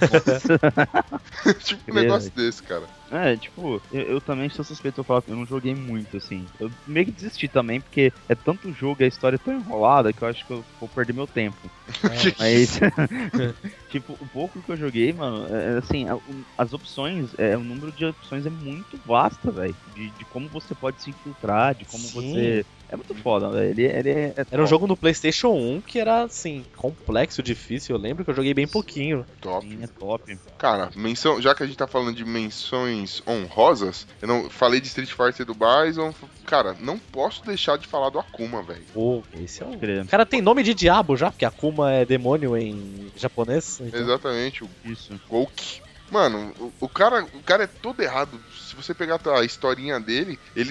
tipo um negócio desse, cara. É, tipo, eu, eu também sou suspeito de falar que eu não joguei muito, assim. Eu meio que desisti também, porque é tanto jogo e a história é tão enrolada que eu acho que eu vou perder meu tempo. Mas, tipo, o pouco que eu joguei, mano, é, assim, a- o- as opções, é, o número de opções é muito vasta, velho. De, de como você pode se infiltrar, de como Sim. você... É muito foda, velho. Ele, ele é, é Era um top. jogo no PlayStation um que era, assim, complexo, difícil. Eu lembro que eu joguei bem pouquinho. Top. Sim, é top. Cara, menção, já que a gente tá falando de menções honrosas, eu não falei de Street Fighter do Bison, cara, não posso deixar de falar do Akuma, velho. Pô, esse é o... Pode crer. O cara tem nome de diabo já, porque Akuma é demônio em japonês. Então... Exatamente, o Isso. Gouki. Mano, o, o cara, o cara é todo errado. Se você pegar a historinha dele, ele t-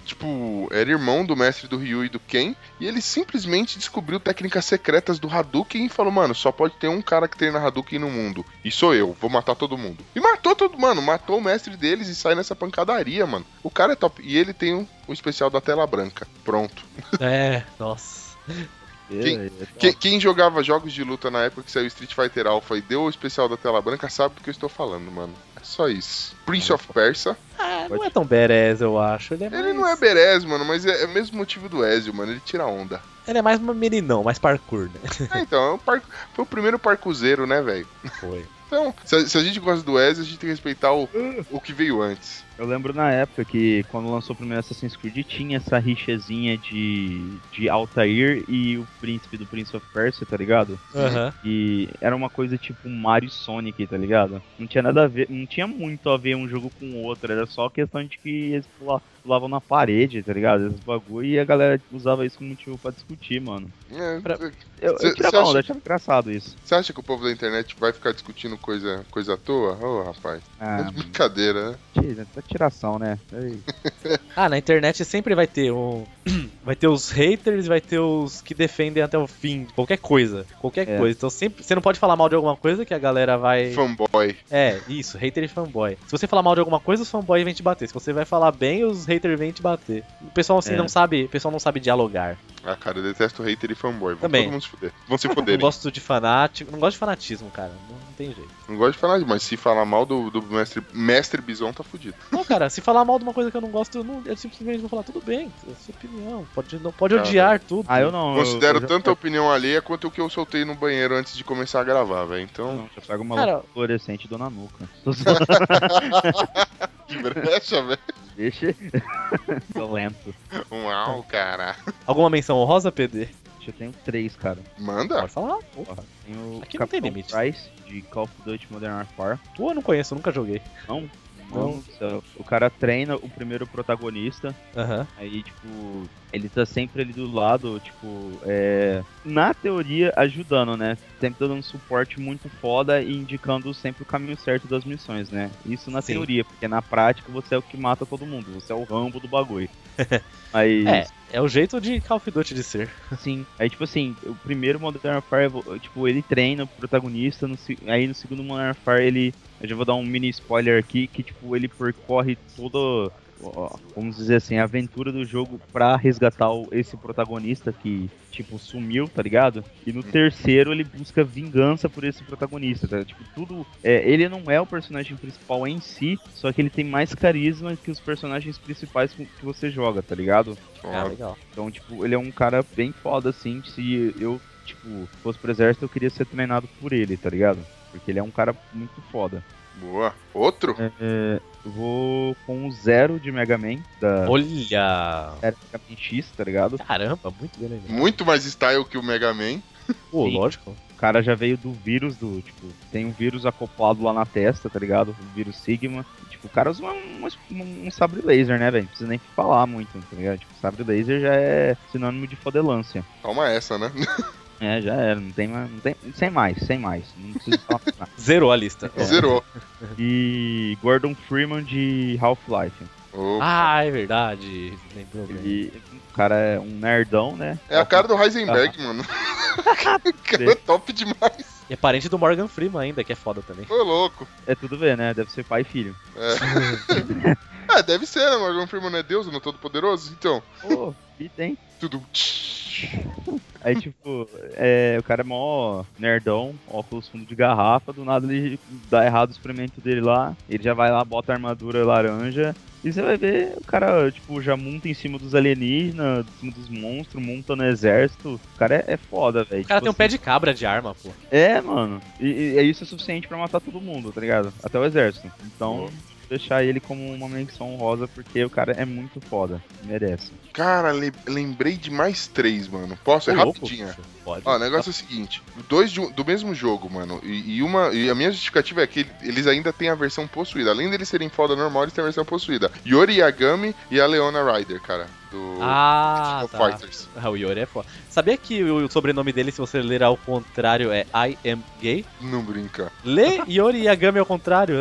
tipo, era irmão do mestre do Ryu e do Ken, e ele simplesmente descobriu técnicas secretas do Hadouken e falou, mano, só pode ter um cara que treina Hadouken no mundo, e sou eu, vou matar todo mundo. E matou todo, mano, matou o mestre deles e sai nessa pancadaria, mano. O cara é top, e ele tem um, o especial da tela branca, pronto. É, nossa. Quem, quem, quem jogava jogos de luta na época que saiu Street Fighter Alpha e deu o especial da tela branca sabe do que eu estou falando, mano. É só isso. Prince of Persia. Ah, não é tão badass, eu acho. Ele, é mais... Ele não é badass, mano, mas é, é o mesmo motivo do Ezio, mano. Ele tira onda. Ele é mais uma meninão, mais parkour, né? É, então, é um par... foi o primeiro parkuzeiro, né, velho? Foi. Então, se a, se a gente gosta do Ezio, a gente tem que respeitar o, o que veio antes. Eu lembro na época que quando lançou o primeiro Assassin's Creed tinha essa rixazinha de, de Altair e o príncipe do Prince of Persia, tá ligado? Aham. Uhum. E era uma coisa tipo Mario e Sonic, tá ligado? Não tinha nada a ver, não tinha muito a ver um jogo com o outro, era só questão de que eles pulavam na parede, tá ligado? Esses bagulho e a galera usava isso como motivo pra discutir, mano. É, pra... cê, Eu, cê, eu tirava onda, acha... achava engraçado isso. Você acha que o povo da internet vai ficar discutindo coisa, coisa à toa? Ô, oh, rapaz. Ah, é de brincadeira, né? Tira, tá tiração, né? Ah, na internet sempre vai ter um... Vai ter os haters, vai ter os que defendem até o fim, qualquer coisa, qualquer é. coisa. Então sempre, você não pode falar mal de alguma coisa que a galera vai... Fanboy. É, isso, hater e fanboy. Se você falar mal de alguma coisa, os fanboy vêm te bater. Se você vai falar bem, os haters vêm te bater. O pessoal assim é. não sabe, o pessoal não sabe dialogar. Ah, cara, eu detesto hater e fanboy. Vão Também. todo mundo se fuder. Vão se fuder. Não gosto de fanático, não gosto de fanatismo, cara. Não, não tem jeito. Não gosto de fanatismo, mas se falar mal do, do mestre, mestre Bison, tá fudido. Não, cara, se falar mal de uma coisa que eu não gosto, eu, não, eu simplesmente vou falar, tudo bem, é sua opinião. Pode, não pode cara, odiar tudo. Ah, eu não. Considero eu, eu tanto a opinião alheia quanto o que eu soltei no banheiro antes de começar a gravar, velho. Então. Não, já pega uma cara... luz fluorescente e dou na nuca. Que brecha, velho. Deixa. Violento. Uau, cara. Alguma menção honrosa, P D? Eu tenho três, cara. Manda. Pode falar. Opa. Tenho Aqui o não tem Capitão limite. Price, de Call of Duty Modern Warfare. Pô, eu não conheço, nunca joguei. Não? Não. Não. O cara treina o primeiro protagonista. Aham. Uhum. Aí, tipo, ele tá sempre ali do lado, tipo, é... na teoria, ajudando, né? Sempre dando um suporte muito foda e indicando sempre o caminho certo das missões, né? Isso na Sim. teoria, porque na prática você é o que mata todo mundo. Você é o Rambo do bagulho. Mas... É, é o jeito de Call of Duty de ser. Sim. Aí, tipo assim, o primeiro Modern Warfare, tipo, ele treina o protagonista, no, aí no segundo Modern Warfare ele... Eu já vou dar um mini spoiler aqui, que, tipo, ele percorre toda... vamos dizer assim, a aventura do jogo pra resgatar o, esse protagonista que, tipo, sumiu, tá ligado? E no terceiro ele busca vingança por esse protagonista, tá? Tipo, tudo... É, ele não é o personagem principal em si, só que ele tem mais carisma que os personagens principais que você joga, tá ligado? Ah, legal. Então, tipo, ele é um cara bem foda, assim, se eu, tipo, fosse pro exército eu queria ser treinado por ele, tá ligado? Porque ele é um cara muito foda. Boa. Outro? É, é, eu vou com o Zero de Mega Man. Da... Olha! Mega Man X, tá ligado? Caramba, muito bem legal. Muito mais style que o Mega Man. Pô, Sim. lógico. O cara já veio do vírus do, tipo, tem um vírus acoplado lá na testa, tá ligado? O vírus Sigma. Tipo, o cara usa um, um, um sabre laser, né, velho? Não precisa nem falar muito, tá ligado? Tipo, sabre laser já é sinônimo de fodelância. Toma essa, né? É, já era, não tem mais, não tem, sem mais, sem mais, não preciso falar nada. Zerou a lista. É. Zerou. E Gordon Freeman de Half-Life. Opa. Ah, é verdade. Lembrou bem. E o cara é um nerdão, né? É a cara do Heisenberg, ah. mano. O cara é top demais. E é parente do Morgan Freeman ainda, que é foda também. Ô, louco. É tudo ver, né? Deve ser pai e filho. É, é deve ser, né? Morgan Freeman não é Deus, não é todo poderoso, então. Pô, oh, e tem. Tudo. Aí, tipo, é, o cara é mó nerdão, óculos fundo de garrafa, do nada ele dá errado o experimento dele lá, ele já vai lá, bota a armadura laranja, e você vai ver o cara, tipo, já monta em cima dos alienígenas, em cima dos monstros, monta no exército. O cara é, é foda, velho. O cara tipo tem um assim, pé de cabra de arma, pô. É, mano. E, e isso é suficiente pra matar todo mundo, tá ligado? Até o exército. Então... Oh. Deixar ele como uma menção honrosa porque o cara é muito foda, merece. Cara, le lembrei de mais três, mano. Posso? É rapidinho. Pode. Ó, o negócio é o seguinte: dois de, do mesmo jogo, mano. E, e uma. E a minha justificativa é que eles ainda têm a versão possuída. Além deles serem foda normal, eles têm a versão possuída. Yori Yagami e a Leona Rider, cara. Do ah, tá. Fighters. Ah, o Yori é foda. Sabia que o, o sobrenome dele, se você ler ao contrário, é I am gay? Não brinca. Lê Yori Yagami ao contrário, né?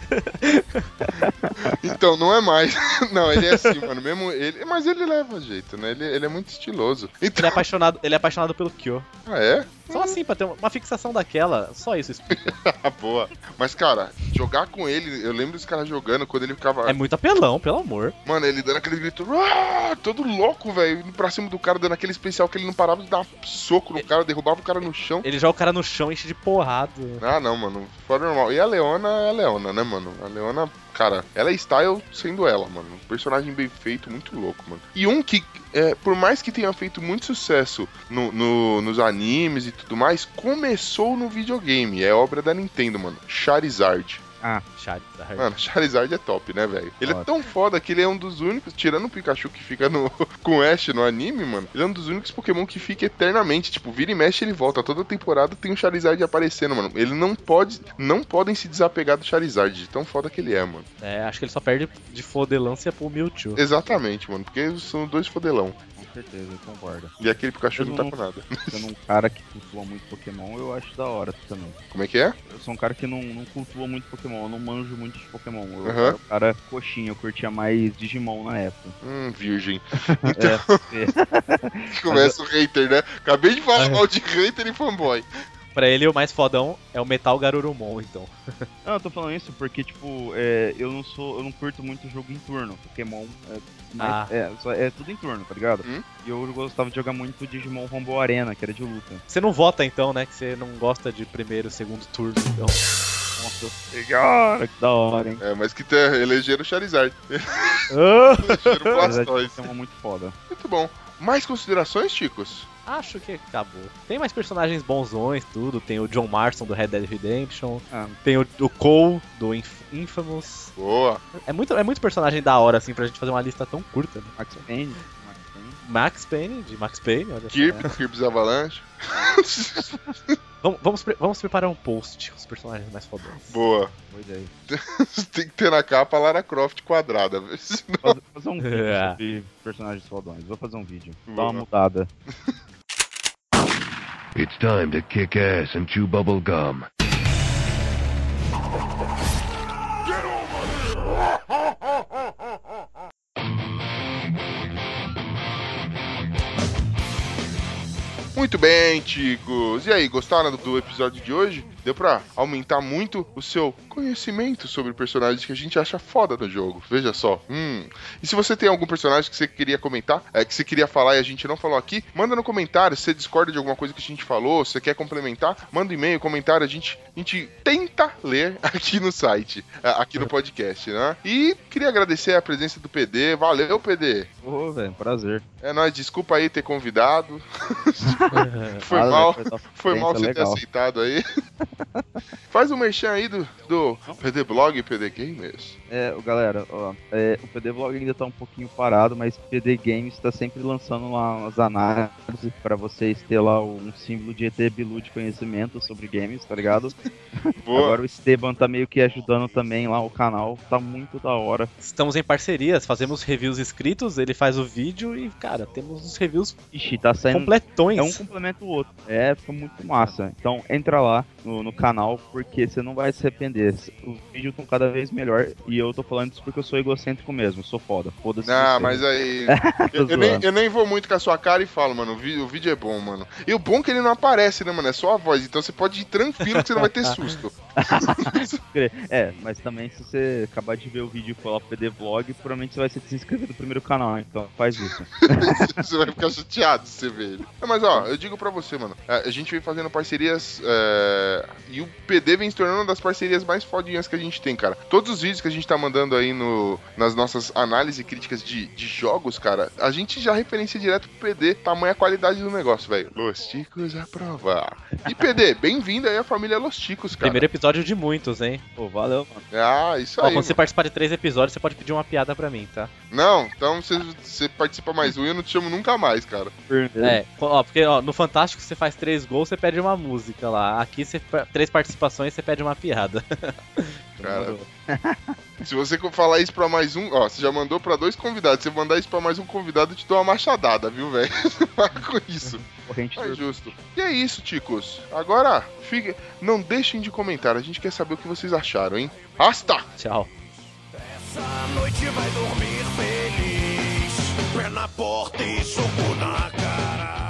Então, não é mais. Não, ele é assim, mano. Mesmo ele. Mas ele leva jeito, né? Ele, ele é muito estiloso. Então... Ele é apaixonado, ele é apaixonado pelo Kyo. Ah, é? Só assim, pra ter uma fixação daquela, só isso explica. Boa. Mas, cara, jogar com ele, eu lembro dos caras jogando quando ele ficava. É muito apelão, pelo amor. Mano, ele dando aquele grito, "Ah!", todo louco, velho, indo pra cima do cara, dando aquele especial que ele não parava de dar soco no cara, derrubava o cara no chão. Ele joga o cara no chão, enche de porrada. Ah, não, mano, fora normal. E a Leona é a Leona, né, mano? A Leona, cara, ela é style sendo ela, mano. Um personagem bem feito, muito louco, mano. E um que, é, por mais que tenha feito muito sucesso no, no, nos animes e tudo mais, começou no videogame. É obra da Nintendo, mano. Charizard. Ah, Charizard. Mano, Charizard é top, né, velho? Ele é tão foda que ele é um dos únicos, tirando o Pikachu que fica no, com o Ash no anime, mano, ele é um dos únicos Pokémon que fica eternamente. Tipo, vira e mexe, ele volta. Toda temporada tem um Charizard aparecendo, mano. Ele não pode, não podem se desapegar do Charizard, de tão foda que ele é, mano. É, acho que ele só perde de fodelância pro Mewtwo. Exatamente, mano, porque são dois fodelão. com certeza, eu concordo. E aquele Pikachu Eu não tá não- com nada. Sendo um cara que cultua muito Pokémon, eu acho da hora também. Como é que é? Eu sou um cara que não, não cultua muito Pokémon, eu não manjo muito de Pokémon. Eu Aham. era um cara coxinha, eu curtia mais Digimon na época. Hum, virgem. É, Começa o hater, né? Acabei de falar É. mal de hater e fanboy. Pra ele, o mais fodão é o Metal Garurumon, então. Não, eu tô falando isso porque, tipo, é, eu não sou. Eu não curto muito jogo em turno. Pokémon é, mais- Ah. é, só- é tudo em turno, tá ligado? Hum? E eu gostava de jogar muito Digimon Rumble Arena, que era de luta. Você não vota, então, né? Que você não gosta de primeiro, segundo turno, então. Nossa, cara, que da hora, hein? É, mas que te, elegeram o Charizard. Ah! Elegeram o Mas é Blastoise. uma muito foda. Muito bom. Mais considerações, chicos? Acho que acabou. Tem mais personagens bonzões, tudo. Tem o John Marston do Red Dead Redemption. Ah, Tem o, o Cole do Inf- Infamous. Boa. É muito, é muito personagem da hora, assim, pra gente fazer uma lista tão curta. Né? Max Payne. Max Payne. Max Payne, de Max Payne, olha só. Kirby, Kirby's Avalanche. Vamos, vamos, pre- vamos preparar um post com os personagens mais fodões. Boa. Boa ideia. Tem que ter na capa a Lara Croft quadrada. velho. Senão- Fazer, fazer um vídeo É. sobre personagens fodões. Vou fazer um vídeo. Dá Boa. uma mudada. It's time to kick ass and chew bubble gum. Muito bem, chicos. E aí, gostaram do- do episódio de hoje? Deu pra aumentar muito o seu conhecimento sobre personagens que a gente acha foda no jogo. Veja só. Hum. E se você tem algum personagem que você queria comentar, é, que você queria falar e a gente não falou aqui, manda no comentário. Se você discorda de alguma coisa que a gente falou, se você quer complementar, manda um e-mail, comentário. A gente, a gente tenta ler aqui no site, é, aqui no podcast, né? E queria agradecer a presença do P D. Valeu, P D. Ô, velho, prazer. É nóis, desculpa aí ter convidado. Foi Valeu, mal. foi uma Foi mal você experiência ter aceitado aí. Faz um merchan aí do, do P D Blog e P D Gamers. É, ô, galera, ó, é, o P D Blog ainda tá um pouquinho parado, mas P D Games tá sempre lançando lá umas análises pra vocês ter lá um símbolo de E T Bilu de conhecimento sobre games, tá ligado? Boa. Agora o Esteban tá meio que ajudando também lá o canal, tá muito da hora. Estamos em parcerias, fazemos reviews escritos, ele faz o vídeo e, cara, temos os reviews Ixi, tá saindo. completões. É um complementa o outro. É, fica muito massa. Então entra lá no, no canal, porque você não vai se arrepender. Os vídeos estão cada vez melhor. E eu tô falando isso porque eu sou egocêntrico mesmo, sou foda. Foda-se. Ah, você. mas aí. Tô Eu, eu nem, zoando. eu nem vou muito com a sua cara e falo, mano, o, vi- o vídeo é bom, mano. E o bom é que ele não aparece, né, mano? É só a voz. Então você pode ir tranquilo que você não vai ter susto. É, mas também se você acabar de ver o vídeo e falar P D Vlog, provavelmente você vai se inscrever no primeiro canal, então faz isso. Você vai ficar chateado se você ver ele. Não, mas ó, eu digo pra você, mano. A a gente vem fazendo parcerias. é, E o P D vem se tornando uma das parcerias mais fodinhas que a gente tem, cara. Todos os vídeos que a gente tá mandando aí no, nas nossas análises e críticas de, de jogos, cara, a gente já referencia direto pro P D, tamanha qualidade do negócio, velho. Los Ticos à prova. E P D, bem-vindo aí à família Los Ticos, cara. Primeiro episódio de muitos, hein? Pô, valeu, mano. Ah, isso Ó, aí. quando você mano. participar de três episódios, você pode pedir uma piada pra mim, tá? Não, então você, você participa mais um e eu não te chamo nunca mais, cara. É, ó, porque ó, no Fantástico você faz três gols, você pede uma música lá. Aqui, você fa- três participações, você pede uma piada. Cara. Se você falar isso pra mais um, ó, você já mandou pra dois convidados. Se você mandar isso pra mais um convidado, eu te dou uma machadada, viu, velho? Para com isso. Corrente É do- justo. E é isso, ticos. Agora, fique... não deixem de comentar. A gente quer saber o que vocês acharam, hein? Rasta! Tchau. Essa noite vai dormir feliz. Pé na porta e soco na cara.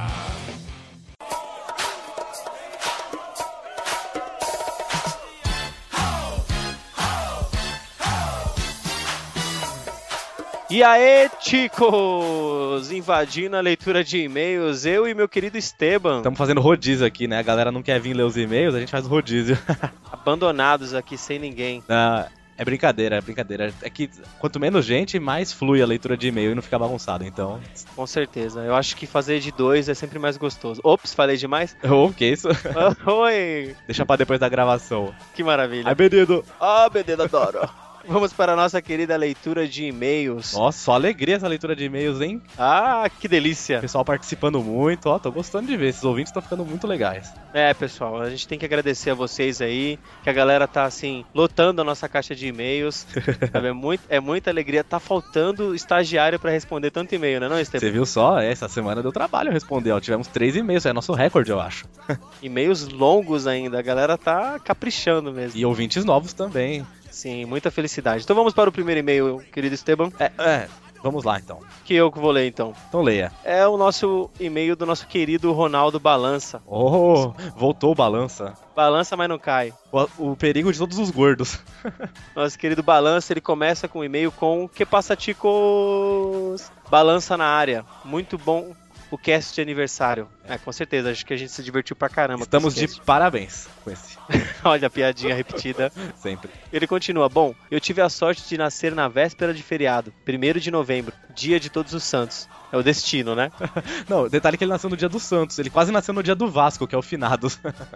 E aí, ticos! Invadindo a leitura de e-mails, eu e meu querido Esteban, Estamos fazendo rodízio aqui, né? A galera não quer vir ler os e-mails, a gente faz rodízio. abandonados aqui sem ninguém. Não, é brincadeira, é brincadeira. É que quanto menos gente, mais flui a leitura de e-mail e não fica bagunçado, então... Com certeza. Eu acho que fazer de dois é sempre mais gostoso. Ops, falei demais? Ô, que isso? Oi! Deixa pra depois da gravação. Que maravilha. Ai, menino! Ah, Bedendo, adoro. Vamos para a nossa querida leitura de e-mails. Nossa, só alegria essa leitura de e-mails, hein? Ah, que O delícia. pessoal participando muito, ó, tô gostando de ver. Esses ouvintes estão ficando muito legais. É, pessoal, a gente tem que agradecer a vocês aí, que a galera tá, assim, lotando a nossa caixa de e-mails. Sabe? É, muito, é muita alegria. Tá faltando estagiário pra responder tanto e-mail, né, não, Esteban? Você viu só? Essa semana deu trabalho responder, ó. Tivemos três e-mails, é nosso recorde, eu acho. E-mails longos ainda, a galera tá caprichando mesmo. E ouvintes novos também. Sim, muita felicidade. Então vamos para o primeiro e-mail, querido Esteban, É, é, vamos lá então. que eu que vou ler então. Então leia. É o nosso e-mail do nosso querido Ronaldo Balança. Oh, voltou o balança. Balança, mas não cai. O, o perigo de todos os gordos. Nosso querido Balança, ele começa com um e-mail com Que passa, ticos? Balança na área. Muito bom o cast de aniversário. É, com certeza, acho que a gente se divertiu pra caramba. Estamos com de esse cast. parabéns com esse. Olha a piadinha repetida. Sempre. Ele continua, bom, eu tive a sorte de nascer na véspera de feriado, primeiro de novembro, dia de Todos os Santos. É o destino, né? Não, detalhe que ele nasceu no dia do Santos. Ele quase nasceu no dia do Vasco, que é o finados.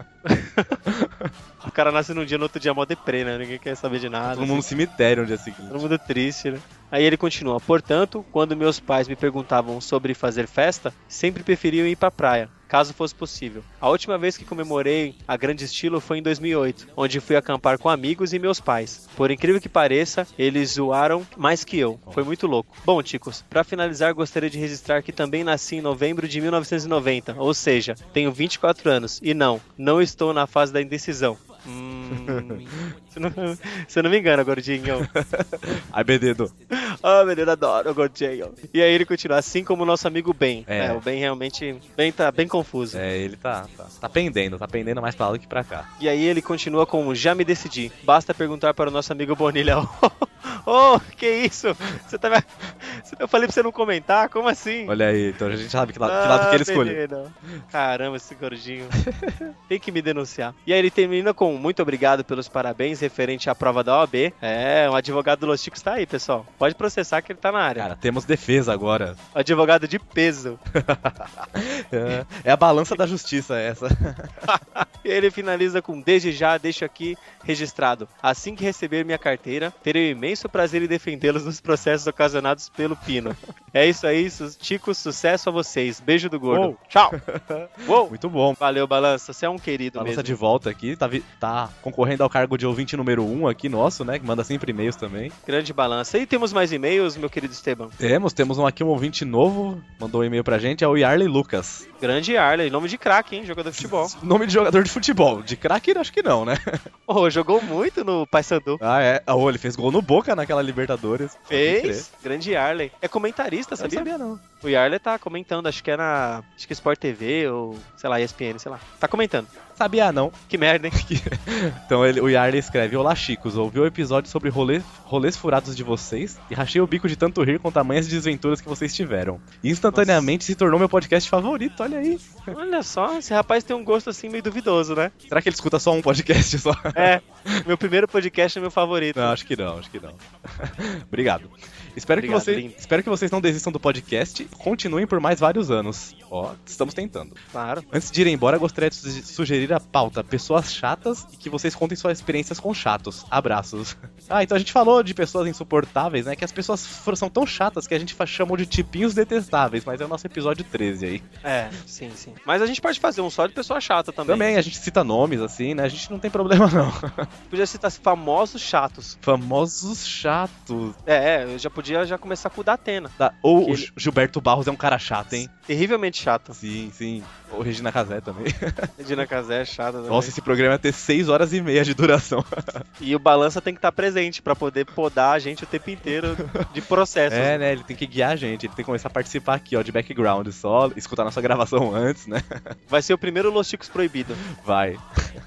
O cara nasce num dia, no outro dia mó deprê, né? Ninguém quer saber de nada. Todo mundo no cemitério no dia seguinte. Todo mundo triste, né? Aí ele continua, portanto, quando meus pais me perguntavam sobre fazer festa, sempre preferiam ir pra praia, caso fosse possível. A última vez que comemorei a grande estilo foi em dois mil e oito, onde fui acampar com amigos e meus pais. Por incrível que pareça, eles zoaram mais que eu. Foi muito louco. Bom, ticos, pra finalizar, gostaria de registrar que também nasci em novembro de mil novecentos e noventa, ou seja, tenho vinte e quatro anos. E não, não estou na fase da indecisão. Hum, você, não, você não me engana, gordinho. Ai, Bededo. Ah, menino, adoro o gordinho. E aí ele continua, assim como o nosso amigo Ben. É. É, o Ben realmente Ben tá bem confuso. É, ele tá, tá, tá pendendo, tá pendendo mais pra lá do que pra cá. E aí ele continua com, já me decidi. Basta perguntar para o nosso amigo Bonilha. Oh, que isso? Você tá me... Eu falei pra você não comentar? Como assim? Olha aí, então a gente sabe que, la... que lado que ele escolheu. menino. Caramba, esse gordinho. Tem que me denunciar. E aí ele termina com muito obrigado pelos parabéns referente à prova da O A B. É, um advogado do Los Chicos tá aí, pessoal. Pode processar que ele tá na área. Cara, temos defesa agora. Um advogado de peso. É, é a balança da justiça essa. E ele finaliza com, desde já, deixo aqui registrado. Assim que receber minha carteira, terei o imenso prazer em defendê-los nos processos ocasionados pelo Pino. É isso aí, su- Ticos, sucesso a vocês. Beijo do gordo. Uou. Tchau. Uou. Muito bom. Valeu, Balança. Você é um querido Balança mesmo. de volta aqui, tá, vi- tá concorrendo ao cargo de ouvinte número um aqui nosso, né? Que manda sempre e-mails também. Grande Balança. E temos mais e-mails, meu querido Esteban? Temos, temos um aqui, um ouvinte novo, mandou um e-mail pra gente, é o Yarley Lucas. Grande Arley, nome de craque, hein? Jogador de futebol. Nome de jogador de futebol, de craque acho que não, né? Oh, jogou muito no Paysandu. Ah, é. Ah, oh, ele fez gol no Boca naquela Libertadores. Pode crer. Fez? Grande Arley. É comentarista, Eu sabia? não sabia não. O Yarley tá comentando, acho que é na... Acho que Sport T V ou, sei lá, E S P N, sei lá. Tá comentando. Sabia não. Que merda, hein? Então ele, o Yarley escreve: Olá, Chicos, ouvi o episódio sobre rolê, rolês furados de vocês e rachei o bico de tanto rir com tamanhas desventuras que vocês tiveram. E instantaneamente se tornou meu podcast favorito, olha aí. Olha só, esse rapaz tem um gosto assim meio duvidoso, né? Será que ele escuta só um podcast só? É, meu primeiro podcast é meu favorito. Não, acho que não, acho que não. Obrigado. Espero, Obrigado, que vocês, lindo. espero que vocês não desistam do podcast continuem por mais vários anos. Ó, estamos tentando. Claro. Antes de ir embora, gostaria de su- sugerir a pauta pessoas chatas e que vocês contem suas experiências com chatos. Abraços. Ah, então a gente falou de pessoas insuportáveis, né? Que as pessoas foram, são tão chatas que a gente fa- chamou de tipinhos detestáveis, mas é o nosso episódio treze aí. É, sim, sim. Mas a gente pode fazer um só de pessoa chata também. Também, a gente cita nomes, assim, né? A gente não tem problema, não. Podia citar famosos chatos. Famosos chatos. É, é, eu já podia já começar com o da Atena. Tá, ou Que o ele- Gilberto Barros é um cara chato, hein? Terrivelmente chato. Sim, sim. Ou Regina Casé também. Regina Casé é chata também. Nossa, esse programa ia ter seis horas e meia de duração. E o Balança tem que estar presente pra poder podar a gente o tempo inteiro de processos. É, né? Ele tem que guiar a gente, ele tem que começar a participar aqui, ó, de background só, escutar nossa gravação antes, né? Vai ser o primeiro Los Chicos proibido. Vai.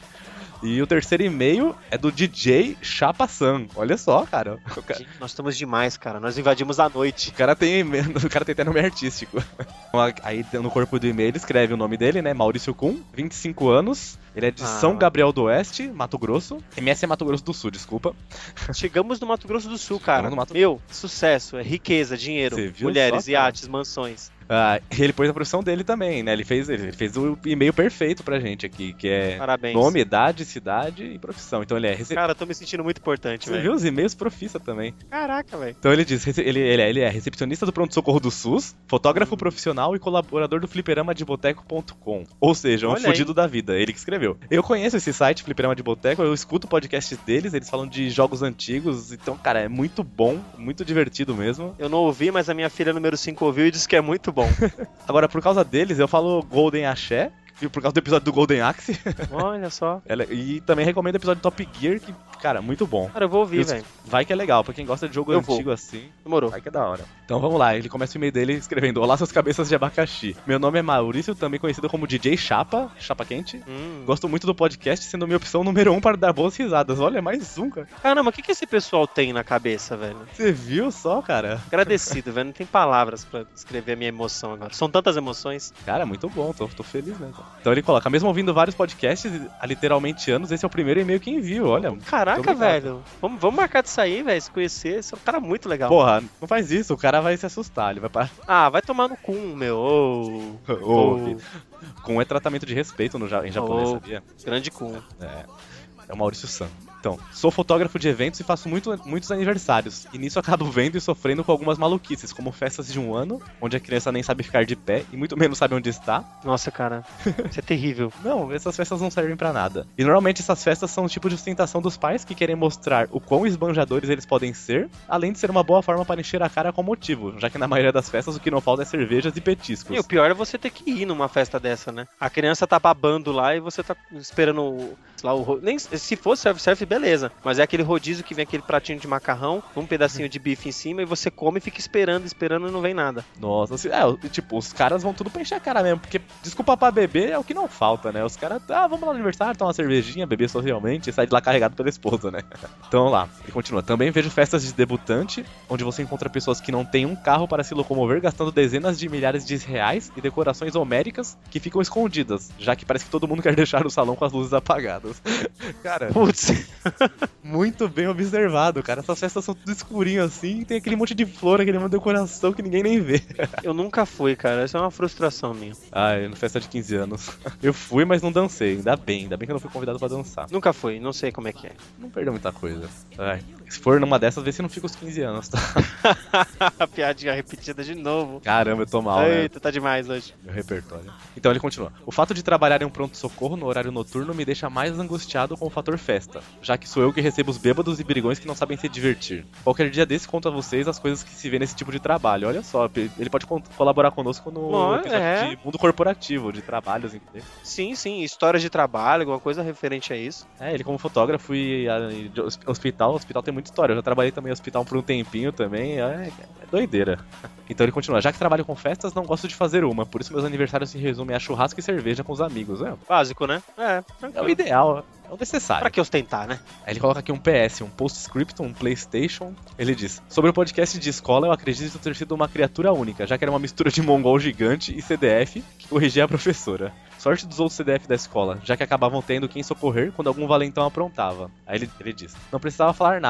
E o terceiro e-mail é do D J Chapa-san. Olha só, cara. O cara, Gente, nós estamos demais, cara. Nós invadimos a noite. o cara tem, o cara tem até nome artístico. Aí no corpo do e-mail ele escreve o nome dele, né? Maurício Kuhn, vinte e cinco anos. Ele é de Ah. São Gabriel do Oeste, Mato Grosso. M S é Mato Grosso do Sul, desculpa. Chegamos no Mato Grosso do Sul, cara. Chegamos no Mato- Meu, sucesso, é riqueza, dinheiro, Você viu mulheres, só, cara? iates, mansões. Ah, e ele pôs a profissão dele também, né? Ele fez, ele fez o e-mail perfeito pra gente aqui, que é Parabéns. nome, idade, cidade e profissão. Então ele é rece... Cara, eu tô me sentindo muito importante, Você velho. viu os e-mails profissa também. Caraca, velho. Então ele diz, rece- ele, ele, é, ele é recepcionista do pronto-socorro do SUS, fotógrafo profissional e colaborador do fliperama de boteco ponto com. Ou seja, um Olha fudido da vida, ele que escreveu. Eu conheço esse site, Fliperama de Boteco, eu escuto podcasts deles, eles falam de jogos antigos, então, cara, é muito bom, muito divertido mesmo. Eu não ouvi, mas a minha filha número cinco ouviu e disse que é muito bom. Agora, por causa deles, eu falo Golden Axé, por causa do episódio do Golden Axe. Olha só. Ela- E também recomendo o episódio do Top Gear, que, cara, muito bom. Cara, eu vou ouvir, E os- velho. Vai que é legal, pra quem gosta de jogo Eu vou. antigo assim, Demorou. vai que é da hora. Então vamos lá, ele começa o e-mail dele escrevendo: Olá, suas cabeças de abacaxi. Meu nome é Maurício, também conhecido como D J Chapa, Chapa Quente. Hum. Gosto muito do podcast, sendo minha opção número um para dar boas risadas. Olha, mais um, cara. Caramba, o que, que esse pessoal tem na cabeça, velho? Você viu só, cara? Agradecido, velho. Não tem palavras pra descrever a minha emoção agora. São tantas emoções. Cara, muito bom, tô, tô feliz mesmo. Então ele coloca: mesmo ouvindo vários podcasts há literalmente anos, esse é o primeiro e-mail que envio, olha. Caraca, Muito obrigado. velho. Vamos, vamos marcar de sair, velho. Se conhecer. Esse é um cara muito legal. Porra, não faz isso, o cara vai se assustar, ele vai parar. Ah, vai tomar no cu, meu. Ô, Ô, Com é tratamento de respeito no, ja- em japonês, Oh. sabia? grande cu. É, é o Maurício San. Então, sou fotógrafo de eventos e faço muito, muitos aniversários. E nisso acabo vendo e sofrendo com algumas maluquices, como festas de um ano, onde a criança nem sabe ficar de pé e muito menos sabe onde está. Nossa, cara. Isso é terrível. Não, essas festas não servem pra nada. E normalmente essas festas são o tipo de ostentação dos pais que querem mostrar o quão esbanjadores eles podem ser, além de ser uma boa forma para encher a cara com motivo, já que na maioria das festas o que não falta é cervejas e petiscos. E o pior é você ter que ir numa festa dessa, né? A criança tá babando lá e você tá esperando, o- sei lá, o... ro- Nem, se for self-serve, beleza. Mas é aquele rodízio que vem aquele pratinho de macarrão, um pedacinho de bife em cima e você come e fica esperando, esperando e não vem nada. Nossa, assim, é, o- tipo, os caras vão tudo pra encher a cara mesmo, porque desculpa pra beber é o que não falta, né? Os caras, ah, vamos lá no aniversário, tomar uma cervejinha, beber socialmente e sair de lá carregado pela esposa, né? Então vamos lá, ele continua. Também vejo festas de debutante, onde você encontra pessoas que não têm um carro para se locomover, gastando dezenas de milhares de reais e decorações homéricas que ficam escondidas, já que parece que todo mundo quer deixar o salão com as luzes apagadas. Cara, Putz. muito bem observado, cara. Essas festas são tudo escurinho assim, tem aquele monte de flor, aquele monte de decoração que ninguém nem vê. Eu nunca fui, cara. Isso é uma frustração minha. Ah, eu na festa de quinze anos. Eu fui, mas não dancei. Ainda bem, ainda bem que eu não fui convidado pra dançar. Nunca fui, não sei como é que é. Não perdeu muita coisa. Ai, se for numa dessas, vê se não fica os quinze anos, tá? A piadinha repetida de novo. Caramba, eu tô mal, né? Eita, tá demais hoje. Meu repertório. Então ele continua. O fato de trabalhar em um pronto-socorro no horário noturno me deixa mais angustiado com o fator festa, já que sou eu que recebo os bêbados e brigões que não sabem se divertir. Qualquer dia desse conto a vocês as coisas que se vê nesse tipo de trabalho. Olha só, ele pode con- colaborar conosco no Ó, episódio é. de mundo corporativo, de trabalhos, entendeu? Sim, sim, histórias de trabalho, alguma coisa referente a isso. É, ele como fotógrafo e, a- e de hosp- hospital, hospital tem muita história. Eu já trabalhei também em hospital por um tempinho também, é, é doideira. Então ele continua, já que trabalho com festas, não gosto de fazer uma, por isso meus aniversários se resumem a churrasco e cerveja com os amigos. É, Básico, né? É, é o tranquilo. ideal, é o necessário. Pra que ostentar, né? Aí ele coloca aqui um P S, um postscript, um PlayStation. Ele diz: sobre o podcast de escola, eu acredito ter sido uma criatura única, já que era uma mistura de mongol gigante e C D F que corrigia a professora. Sorte dos outros C D F da escola, já que acabavam tendo quem socorrer quando algum valentão aprontava. Aí ele, ele diz: não precisava falar nada.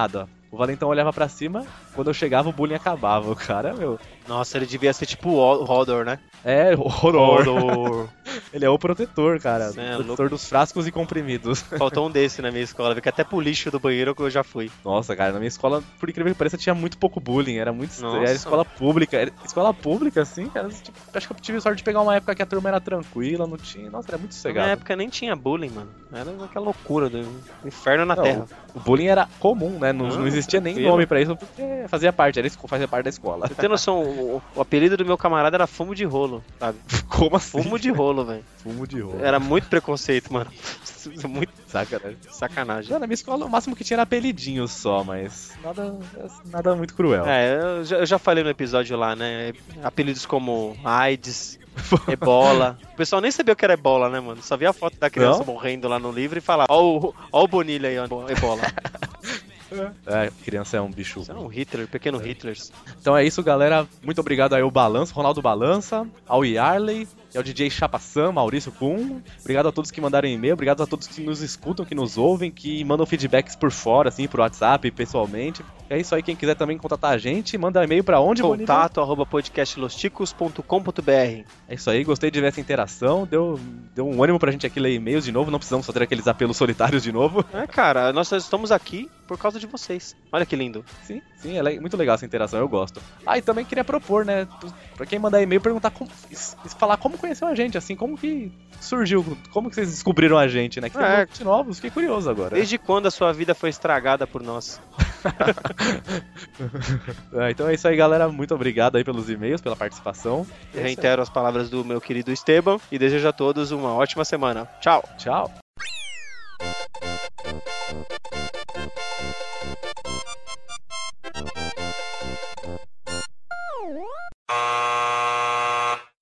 O Valentão olhava pra cima, quando eu chegava o bullying acabava. O cara, meu... Nossa, ele devia ser tipo o Hodor, né? É, horror. Hodor. Ele é o protetor, cara. Cê é protetor louco. dos frascos e comprimidos. Faltou um desse na minha escola, que até pro lixo do banheiro eu já fui. Nossa, cara, na minha escola, por incrível que pareça, tinha muito pouco bullying. Era muito. Nossa. Era escola pública. Era escola pública, assim, cara. Tipo, acho que eu tive sorte de pegar uma época que a turma era tranquila, não tinha. Nossa, era muito Na sossegado. minha época nem tinha bullying, mano. Era aquela loucura do inferno na Não, terra. O bullying era comum, né? Não, Ah, não existia nem tranquilo. nome pra isso, porque fazia parte, era esco- fazia parte da escola. Você tem noção, o, o apelido do meu camarada era fumo de rolo, sabe? Como assim? Fumo de rolo, velho. Fumo de rolo. Era muito preconceito, mano. Muito Saca, né? sacanagem. Já na minha escola, o máximo que tinha era apelidinho só, mas nada, nada muito cruel. É, eu já, eu já falei no episódio lá, né? Apelidos como AIDS, Ebola. O pessoal nem sabia o que era Ebola, né, mano? Só via a foto da criança Não? morrendo lá no livro e falava, ó o, ó o Bonilha aí, ó, Ebola. É, criança é um bicho. Isso é um Hitler, pequeno Hitlers. Então é isso, galera. Muito obrigado aí ao Balança, Ronaldo Balança, ao Yarley e ao D J Chapa Sam, Maurício Kuhn. Obrigado a todos que mandaram e-mail, obrigado a todos que nos escutam, que nos ouvem, que mandam feedbacks por fora, assim, por WhatsApp, pessoalmente. É isso aí, quem quiser também contatar a gente, manda e-mail pra onde, Bonilha? Contato arroba podcastlosticos ponto com ponto br. É isso aí, gostei de ver essa interação, deu, deu um ânimo pra gente aqui ler e-mails de novo, não precisamos fazer aqueles apelos solitários de novo. É, cara, nós estamos aqui por causa de vocês. Olha que lindo. Sim, sim, é le- muito legal essa interação, eu gosto. Ah, e também queria propor, né, pra quem mandar e-mail, perguntar como, es- falar como conheceu a gente, assim, como que surgiu, como que vocês descobriram a gente, né, que tem É. muitos novos, fiquei curioso agora. Desde quando a sua vida foi estragada por nós? É, então é isso aí, galera, muito obrigado aí pelos e-mails, pela participação. Eu reitero as palavras do meu querido Esteban e desejo a todos uma ótima semana. Tchau! Tchau.